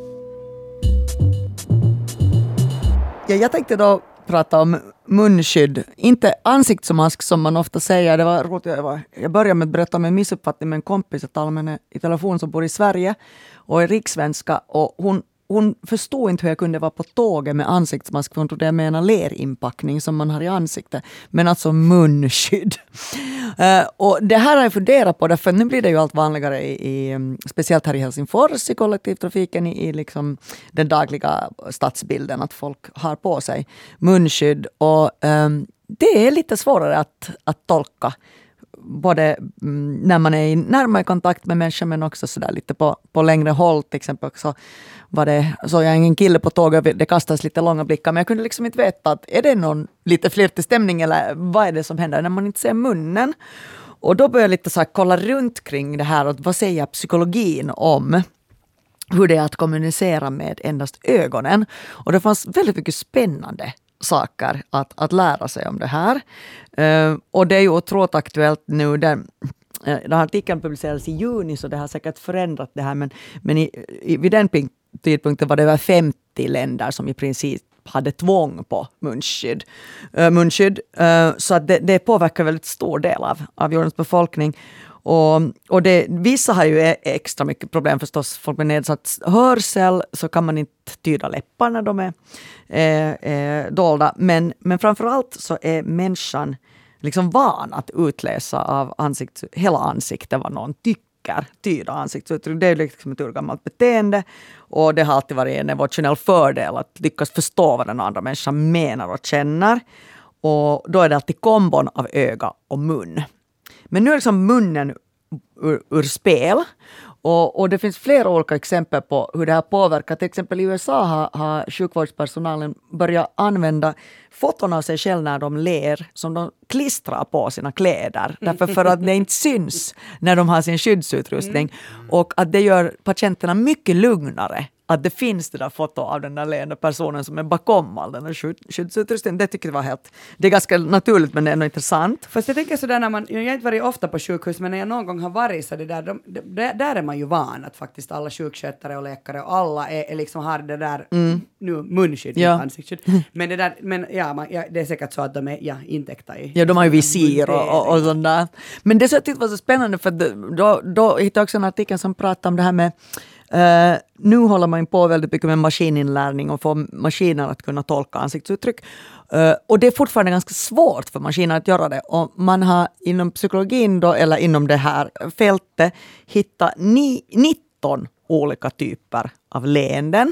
Ja, jag tänkte då prata om munskydd. Inte ansiktsmask som man ofta säger. Det var roligt. Jag började med att berätta om en missuppfattning med en kompis. Jag talade med henne i telefon som bor i Sverige och är rikssvenska. Och hon förstod inte hur jag kunde vara på tåget med ansiktsmask. För hon trodde jag menade lerinpackning som man har i ansiktet. Men alltså munskydd. Och det här har jag funderat på. Därför nu blir det ju allt vanligare speciellt här i Helsingfors i kollektivtrafiken. I liksom den dagliga stadsbilden. Att folk har på sig munskydd. Och det är lite svårare att tolka. Både när man är i närmare kontakt med människor men också sådär lite på längre håll. Till exempel så såg jag en kille på tåget, det kastades lite långa blickar men jag kunde liksom inte veta att är det någon lite flirtig stämning eller vad är det som händer när man inte ser munnen. Och då började jag lite så här kolla runt kring det här och vad säger psykologin om hur det är att kommunicera med endast ögonen. Och det fanns väldigt mycket spännande saker att lära sig om det här. Och det är ju otroligt aktuellt nu. Den här artikeln publicerades i juni så det har säkert förändrat det här. Men vid den tidpunkten var det över 50 länder som i princip hade tvång på munskydd. Så att det påverkar väldigt stor del av jordens befolkning. Och vissa har ju extra mycket problem förstås. Folk med nedsatt hörsel så kan man inte tyda läppar när de är dolda. Men framförallt så är människan liksom van att utläsa av hela ansiktet vad någon tyda ansiktsuttryck. Det är liksom ett urgammalt beteende och det har alltid varit en emotionell fördel att lyckas förstå vad den andra människan menar och känner. Och då är det alltid kombon av öga och mun. Men nu är liksom munnen ur spel. Och det finns flera olika exempel på hur det här påverkar. Till exempel i USA har sjukvårdspersonalen börjat använda foton av sig själv när de ler som de klistrar på sina kläder. Därför för att det inte syns när de har sin skyddsutrustning. Och att det gör patienterna mycket lugnare att det finns det där foto av den där leende personen som är bakom all den där skyddsutrustningen. Det tycker jag var det är ganska naturligt, men det är ändå intressant. Fast jag tänker sådär, jag har inte varit ofta på sjukhus, men när jag någon gång har varit så där är man ju van att faktiskt alla sjukskötare och läkare och alla är liksom har det där nu munskydd, ansiktsskydd. Men det där, det är säkert så att de är intäckta i. Ja, de har ju visir och sånt där. Men det som jag tyckte var så spännande, för då hittade jag också en artikel som pratade om det här med nu håller man på väldigt mycket med maskininlärning och få maskiner att kunna tolka ansiktsuttryck. Och det är fortfarande ganska svårt för maskiner att göra det. Och man har inom psykologin då, eller inom det här fältet hittat 19 olika typer av leenden.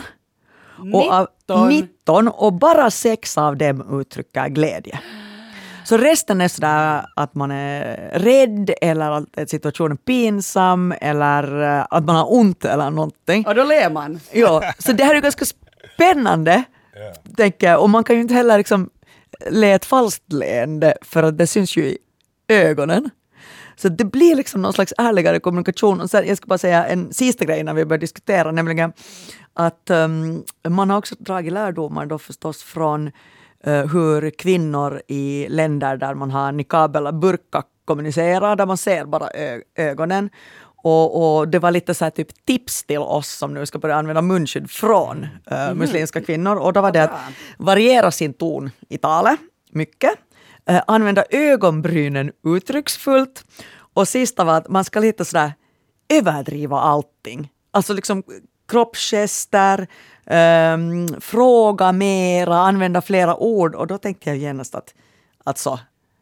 19 och bara 6 av dem uttrycker glädje. Så resten är sådär att man är rädd eller att situationen är pinsam eller att man har ont eller någonting. Och då ler man. Ja, så det här är ganska spännande, tänker jag. Och man kan ju inte heller liksom le ett falskt leende för att det syns ju i ögonen. Så det blir liksom någon slags ärligare kommunikation. Och sen, jag ska bara säga en sista grej när vi börjar diskutera, nämligen att man har också dragit lärdomar då förstås från hur kvinnor i länder där man har niqab eller burka kommunicerar, där man ser bara ögonen. Och det var lite så här typ tips till oss som nu ska börja använda munskydd från muslimska kvinnor. Och då var det att variera sin ton i talet mycket. Använda ögonbrynen uttrycksfullt. Och sista var att man ska lite sådär överdriva allting. Alltså liksom kroppsgester, fråga mera, använda flera ord. Och då tänkte jag genast att alltså,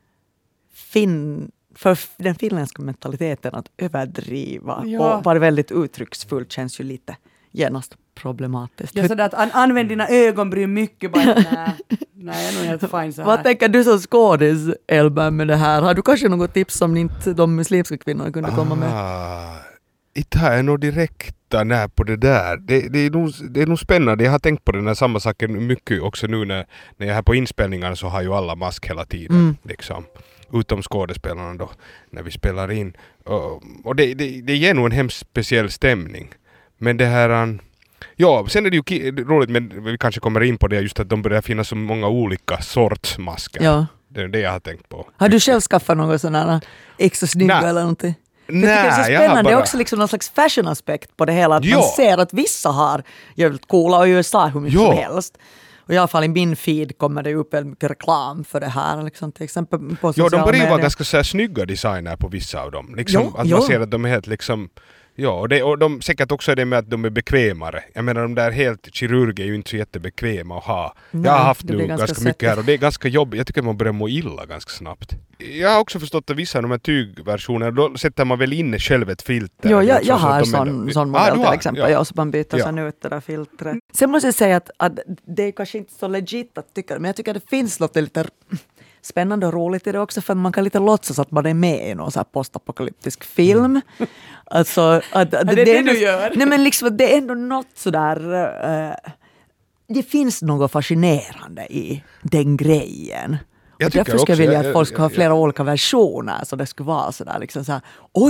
för den finländska mentaliteten att överdriva och vara väldigt uttrycksfull känns ju lite genast problematiskt. Ja, sådär att använd dina ögonbryn mycket bara. Nej, jag är nog helt fine så här. Vad tänker du som skådis, Elba, med det här? Har du kanske något tips som inte de muslimska kvinnorna kunde komma med? Inte har jag nog direkt på det där. Det är nog spännande. Jag har tänkt på den här samma saken mycket också nu när jag är här på inspelningarna, så har ju alla mask hela tiden. Liksom. Utom skådespelarna då, när vi spelar in. Och det ger nog en hemskt speciell stämning. Men det här... Ja, sen är det ju roligt, men vi kanske kommer in på det just att de börjar finnas så många olika sorts masker. Ja. Det är det jag har tänkt på. Har du själv skaffat något sådana extra snygga eller någonting? Nej, det är så spännande. Det är också liksom någon slags fashion-aspekt på det hela. Att man ser att vissa har jävligt coola och i USA hur mycket som helst. Och i alla fall i min feed kommer det upp väldigt mycket reklam för det här. Liksom, till exempel på sociala medier. De börjar ju vara ganska så här snygga designer på vissa av dem. Liksom, att man ser att de är helt liksom... Ja, och de säkert också är det med att de är bekvämare. Jag menar, de där helt kirurger är ju inte så jättebekväma att ha. Nej, jag har haft nu ganska mycket här och det är ganska jobbigt. Jag tycker att man börjar må illa ganska snabbt. Jag har också förstått att vissa av de här tygversionerna, då sätter man väl in själv ett filter. Jo, jag har sån modell till exempel. Jag så man byter sen ut det där filtret. Sen måste jag säga att det är kanske inte så legit att tycka det, men jag tycker att det finns något lite spännande och roligt i det också, för att man kan lite låtsas att man är med i någon så här postapokalyptisk film. Alltså, att det är du gör. Nej, men liksom, det är ändå något sådär... det finns något fascinerande i den grejen. Och därför skulle jag vilja att folk ska ha flera olika versioner, så det skulle vara sådär liksom såhär,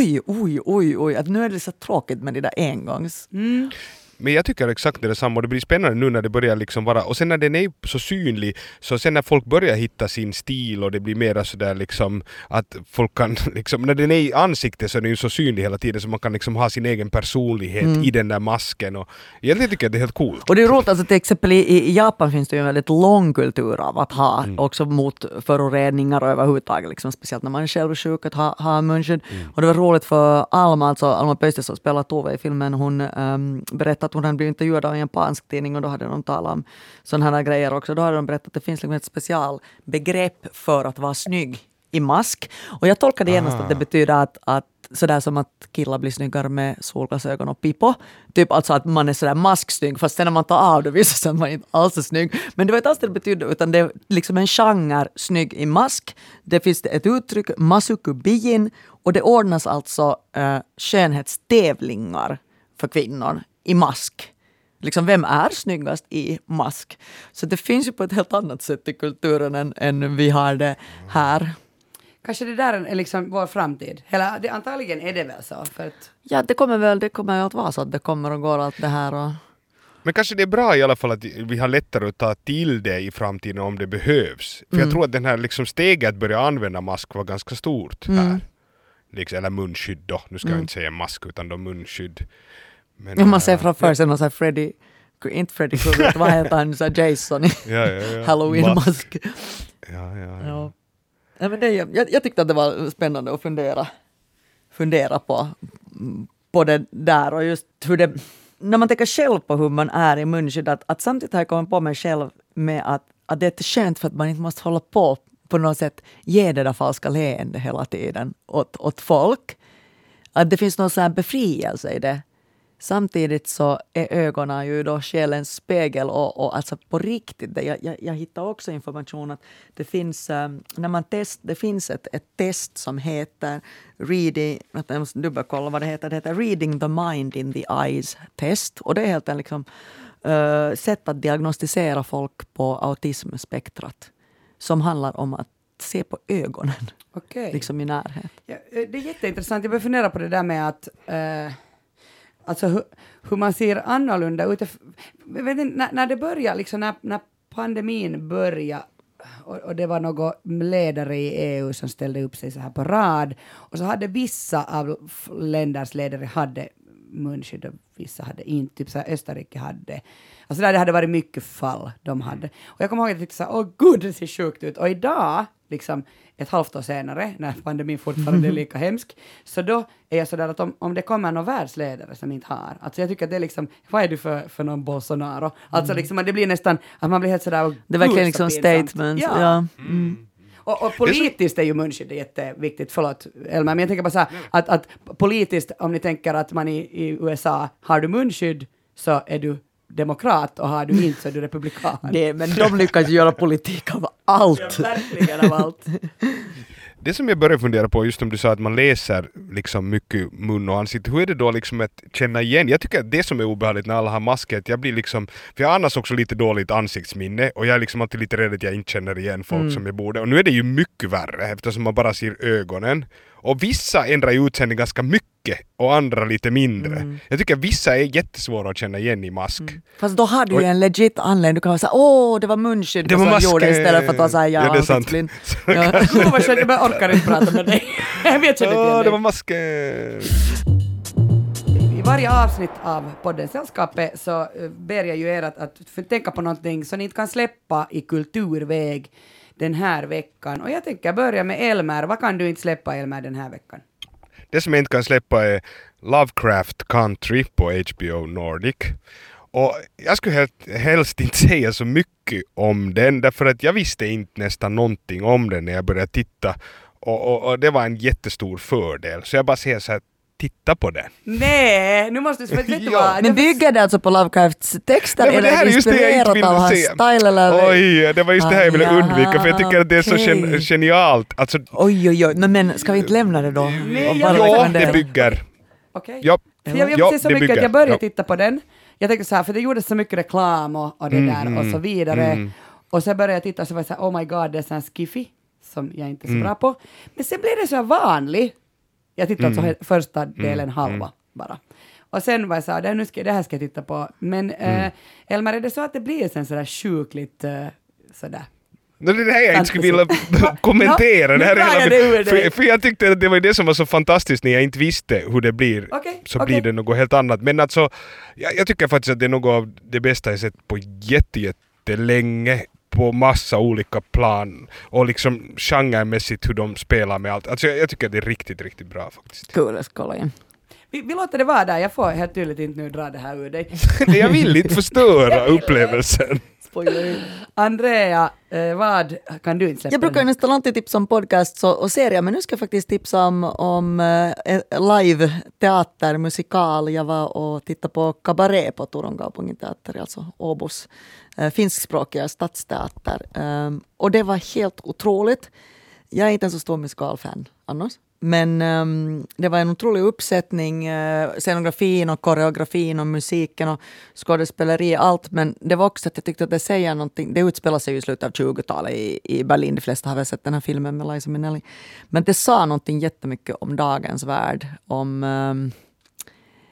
oj, att nu är det så tråkigt med det där engångs. Men jag tycker exakt det är samma, och det blir spännande nu när det börjar liksom vara, och sen när den är så synlig, så sen när folk börjar hitta sin stil och det blir mer sådär liksom att folk kan liksom, när den är i ansiktet så är den ju så synlig hela tiden så man kan liksom ha sin egen personlighet i den där masken, och jag tycker att det är helt coolt. Och det är roligt, alltså till exempel i Japan finns det ju en väldigt lång kultur av att ha också mot föroreningar och överhuvudtaget liksom, speciellt när man är själv sjuk, att ha munskydd. Och det var roligt för Alma Pöysti som spelar Tove i filmen, hon berättade att hon hade blivit intervjuad av en japansk tidning, och då hade de talat om sådana här grejer också. Då hade de berättat att det finns liksom ett specialbegrepp för att vara snygg i mask. Och jag tolkade genast att det betyder att sådär som att killar blir snyggare med solglasögon och pipo. Typ alltså att man är sådär masksnygg, fast sen när man tar av det visar sig att man inte alls är snygg. Men det var inte alls det betyder, utan det är liksom en genre snygg i mask. Det finns ett uttryck, masukubijin, och det ordnas alltså skönhetstävlingar för kvinnor i mask. Liksom, vem är snyggast i mask? Så det finns ju på ett helt annat sätt i kulturen än vi har det här. Kanske det där är liksom vår framtid. Antagligen är det väl så. För att... Ja, det kommer ju att vara så att det kommer och går allt det här. Men kanske det är bra i alla fall att vi har lättare att ta till det i framtiden om det behövs. För jag tror att den här liksom steget att börja använda mask var ganska stort här. Liksom, eller munskydd då. Nu ska jag inte säga mask utan då munskydd. Men, Om man ser framför sig någon sån här Freddy, inte Freddy Krueger, vad heter han, så här Jason i Halloween-mask. Ja. Ja, men jag tyckte att det var spännande att fundera på det där och just hur det, när man tänker själv på hur man är i munskydd, att samtidigt har jag kommit på mig själv med att det är skönt för att man inte måste hålla på något sätt ge det där falska leende hela tiden åt folk. Att det finns någon sån här befrielse i det. Samtidigt så är ögonen ju då själens spegel och alltså på riktigt. Jag hittar också information att det finns, när man det finns ett test som heter jag måste dubbelkolla vad det heter. Det heter Reading the Mind in the Eyes test. Och det är helt en liksom, sätt att diagnostisera folk på autismspektrat. Som handlar om att se på ögonen. Okej. Liksom i närhet. Ja, det är jätteintressant. Jag börjar fundera på det där med att alltså hur man ser annorlunda ut. Jag vet inte, när det började, liksom när pandemin började och det var några ledare i EU som ställde upp sig så här på rad och så hade vissa av länders ledare hade munskydd och vissa hade inte. Typ så här Österrike hade. Alltså där det hade varit mycket fall de hade. Och jag kommer ihåg att jag tyckte så här, åh gud det ser sjukt ut. Och idag, liksom ett halvt år senare, när pandemin fortfarande är lika hemsk, så då är jag sådär att om det kommer någon världsledare som inte har, alltså jag tycker att det är liksom, vad är du för någon Bolsonaro? Alltså liksom, det blir nästan, att man blir helt sådär, det verkar liksom statement. Ja. Och politiskt är ju munskydd jätteviktigt, förlåt Elmer, men jag tänker bara så här, att politiskt, om ni tänker att man i USA har du munskydd så är du demokrat och har du inte så är du republikan. Nej, men de lyckas göra politik av allt. Ja, verkligen av allt. Det som jag började fundera på, just om du sa att man läser liksom mycket mun och ansikte, hur är det då liksom att känna igen? Jag tycker att det som är obehagligt när alla har masker, att jag blir liksom, för jag har annars också lite dåligt ansiktsminne och jag är liksom alltid lite rädd att jag inte känner igen folk som jag borde. Och nu är det ju mycket värre eftersom man bara ser ögonen. Och vissa ändrar ju utseende ganska mycket och andra lite mindre. Jag tycker att vissa är jättesvåra att känna igen i mask. Fast då har du ju en legit anledning. Du kan vara såhär, det var munskydd det var som gjorde istället för att vara såhär, ja, det är sant. Jag orkar inte prata med dig. Jag vet inte igen det var masken. I varje avsnitt av podden Sällskapet så ber jag ju er att tänka på någonting som ni inte kan släppa i kulturväg den här veckan. Och jag tänker börja med Elmer. Vad kan du inte släppa, Elmer, den här veckan? Det som jag inte kan släppa är Lovecraft Country på HBO Nordic. Och jag skulle helst inte säga så mycket om den, därför att jag visste inte nästan någonting om den när jag började titta. Och det var en jättestor fördel. Så jag bara säger så här, titta på den. Nej, nu måste du vet du vad? Men bygger det alltså på Lovecrafts texter? Nej, eller är det inspirerat av hans style? Eller? Oj, det var just det här jag ville undvika, för jag tycker att det är så genialt. Alltså, oj. Men ska vi inte lämna det då? Ja, det bygger. Okej. Ja, jag vill säga så mycket att jag började titta på den. Jag tänkte så här, för det gjordes så mycket reklam och det där och så vidare. Och så började jag titta och så var jag så här, oh my god, det är sån här skiffy som jag inte är så bra på. Men sen blev det så här vanlig. Jag tittade alltså första delen halva bara. Och sen var jag så här, det här ska jag titta på. Men Elmer, är det så att det blir sen sådär sjukligt sådär? Det är det här jag inte skulle vilja kommentera. Det här är för jag tyckte att det var det som var så fantastiskt när jag inte visste hur det blir. Blir det något helt annat. Men alltså, jag tycker faktiskt att det är något av det bästa jag sett på jättelänge på massa olika plan och liksom genremässigt hur de spelar med allt. Alltså jag tycker att det är riktigt, riktigt bra faktiskt. Kul att kolla igen. Vi låter det vara där. Jag får helt tydligt inte nu dra det här ur dig. Jag vill inte förstöra upplevelsen. Andrea, vad kan du inte släppa? Jag brukar nästan alltid tipsa om podcasts och serier, men nu ska jag faktiskt tipsa om live teater, musikal. Jag var och tittade på Cabaret på Turunkaupungin teater, alltså Åbos finskspråkiga stadsteater. Och det var helt otroligt. Jag är inte en så stor musikalfan annars. Men det var en otrolig uppsättning, scenografin och koreografin och musiken och skådespeleri, allt. Men det var också att jag tyckte att det säger någonting. Det utspelar sig i slutet av 20-talet i Berlin. De flesta har väl sett den här filmen med Liza Minnelli. Men det sa någonting jättemycket om dagens värld. Om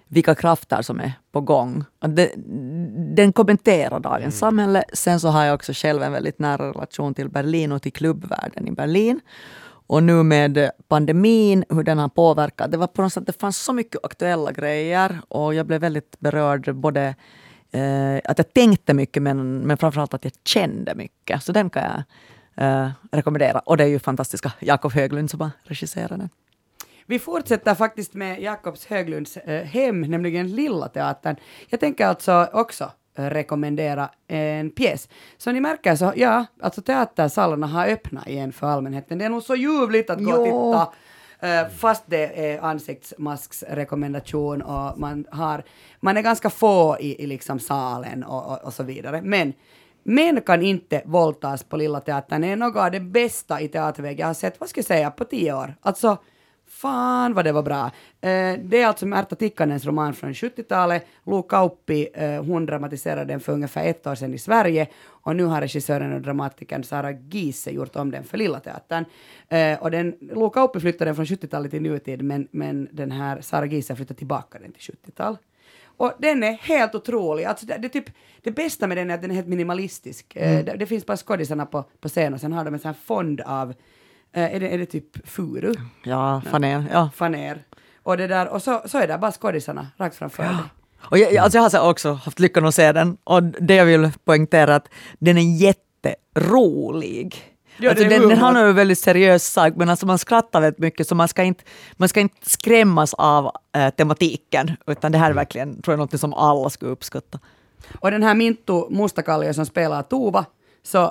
vilka krafter som är på gång. Den kommenterar dagens samhälle. Sen så har jag också själv en väldigt nära relation till Berlin och till klubbvärlden i Berlin. Och nu med pandemin, hur den har påverkat. Det var på något sätt, det fanns så mycket aktuella grejer och jag blev väldigt berörd både att jag tänkte mycket men framförallt att jag kände mycket. Så den kan jag rekommendera. Och det är ju fantastiska Jakob Höglund som har regisserat den. Vi fortsätter faktiskt med Jakobs Höglunds hem, nämligen Lilla Teatern. Jag tänker alltså också rekommendera en pjäs. Som ni märker så, ja, alltså teatersalarna har öppnat igen för allmänheten. Det är nog så ljuvligt att gå och titta. Fast det är ansiktsmasksrekommendation och man är ganska få i liksom salen och så vidare. Men män kan inte våldtas på Lilla Teatern. Det är något av det bästa i teaterväg jag har sett, vad ska jag säga, på 10 år. Alltså, fan vad det var bra. Det är alltså Märta Tikkanens roman från 70-talet. Lo Kauppi, hon dramatiserade den för ungefär 1 år sedan i Sverige. Och nu har regissören och dramatikern Sara Giese gjort om den för Lilla Teatern. Och Lo Kauppi flyttade den från 70-talet till nutid, men den här Sara Giese flyttade tillbaka den till 70-tal. Och den är helt otrolig. Alltså det typ, det bästa med den är att den är helt minimalistisk. Det finns bara skådisarna på scen och sen har de en sån här fond av är det typ furu? Ja, faner. Ja. Faner. Och det där, och så är det bara skådisarna rakt framför dig. Och jag har också haft lyckan att se den. Och det jag vill poängtera att den är jätterolig. Ja, alltså den har en väldigt seriös sak, men alltså man skrattar väldigt mycket så man ska inte skrämmas av tematiken, utan det här är verkligen, tror jag, något som alla skulle uppskatta. Och den här Minttu Mustakallio som spelar Tova, så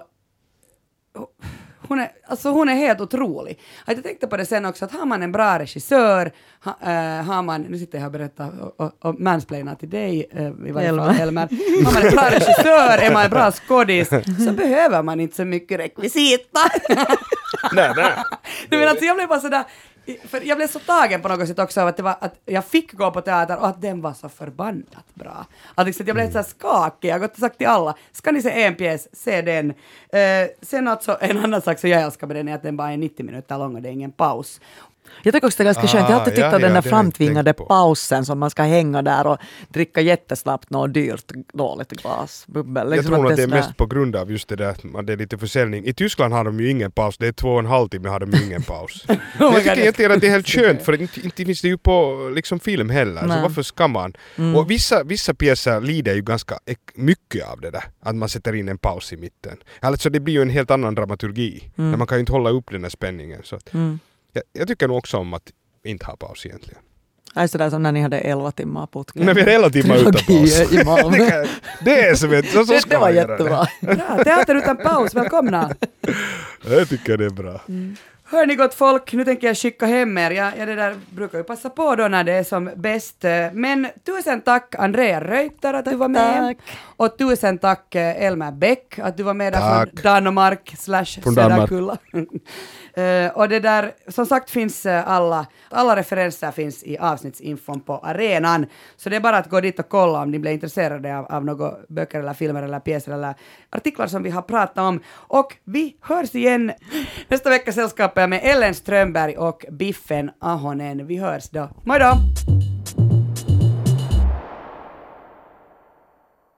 hon är helt otrolig. Jag tänkte på det sen också, att har man en bra regissör, har man, nu sitter jag här och berättar och mansplainar till dig i varje fall, Elmer. Har man en bra regissör, är man en bra skådis, så behöver man inte så mycket rekvisita. Nej. Men alltså jag blev bara sådär, för jag blev så tagen på något sätt också av att jag fick gå på teater och att den var så förbannat bra. Att jag blev så skakig. Jag har gått och sagt till alla, ska ni se en pjäs, se den. Sen alltså, en annan sak som jag älskar med den är att den bara är 90 minuter lång och det är ingen paus. Jag tycker också det är ganska skönt. Jag har alltid tyckt att den där framtvingade pausen som man ska hänga där och dricka jättesnabbt något dyrt dåligt glas bubbel. Jag tror att det är mest på grund av just det där att det är lite försäljning. I Tyskland har de ju ingen paus. Det är 2,5 timmar har de ju ingen paus. Men jag tycker egentligen att det är helt skönt för inte finns det ju på liksom film heller. Så varför ska man? Och vissa pjäser lider ju ganska mycket av det där. Att man sätter in en paus i mitten. Alltså det blir ju en helt annan dramaturgi. När man kan ju inte hålla upp den här spänningen. Så att, jag tycker nog också om att inte ha paus egentligen. Det är sådär som när ni hade 11 timmar på utgång. När vi hade 11 timmar utan paus. Det är som så det var jättebra. Ja, teater utan paus, välkomna. Jag tycker det är bra. Hör ni gott folk, nu tänker jag skicka hem er. Jag det där brukar ju passa på då när det är som bäst. Men tusen tack Andrea Reuter att du var med. Tack. Och tusen tack Elmer Bäck att du var med där från Danmark/Söderkulla. Och det där, som sagt finns alla referenser finns i avsnittsinfon på arenan. Så det är bara att gå dit och kolla om ni blir intresserade av några böcker eller filmer eller pjäser eller artiklar som vi har pratat om. Och vi hörs igen nästa vecka, sällskapet med Ellen Strömberg och Biffen Ahonen. Vi hörs då. Moi då!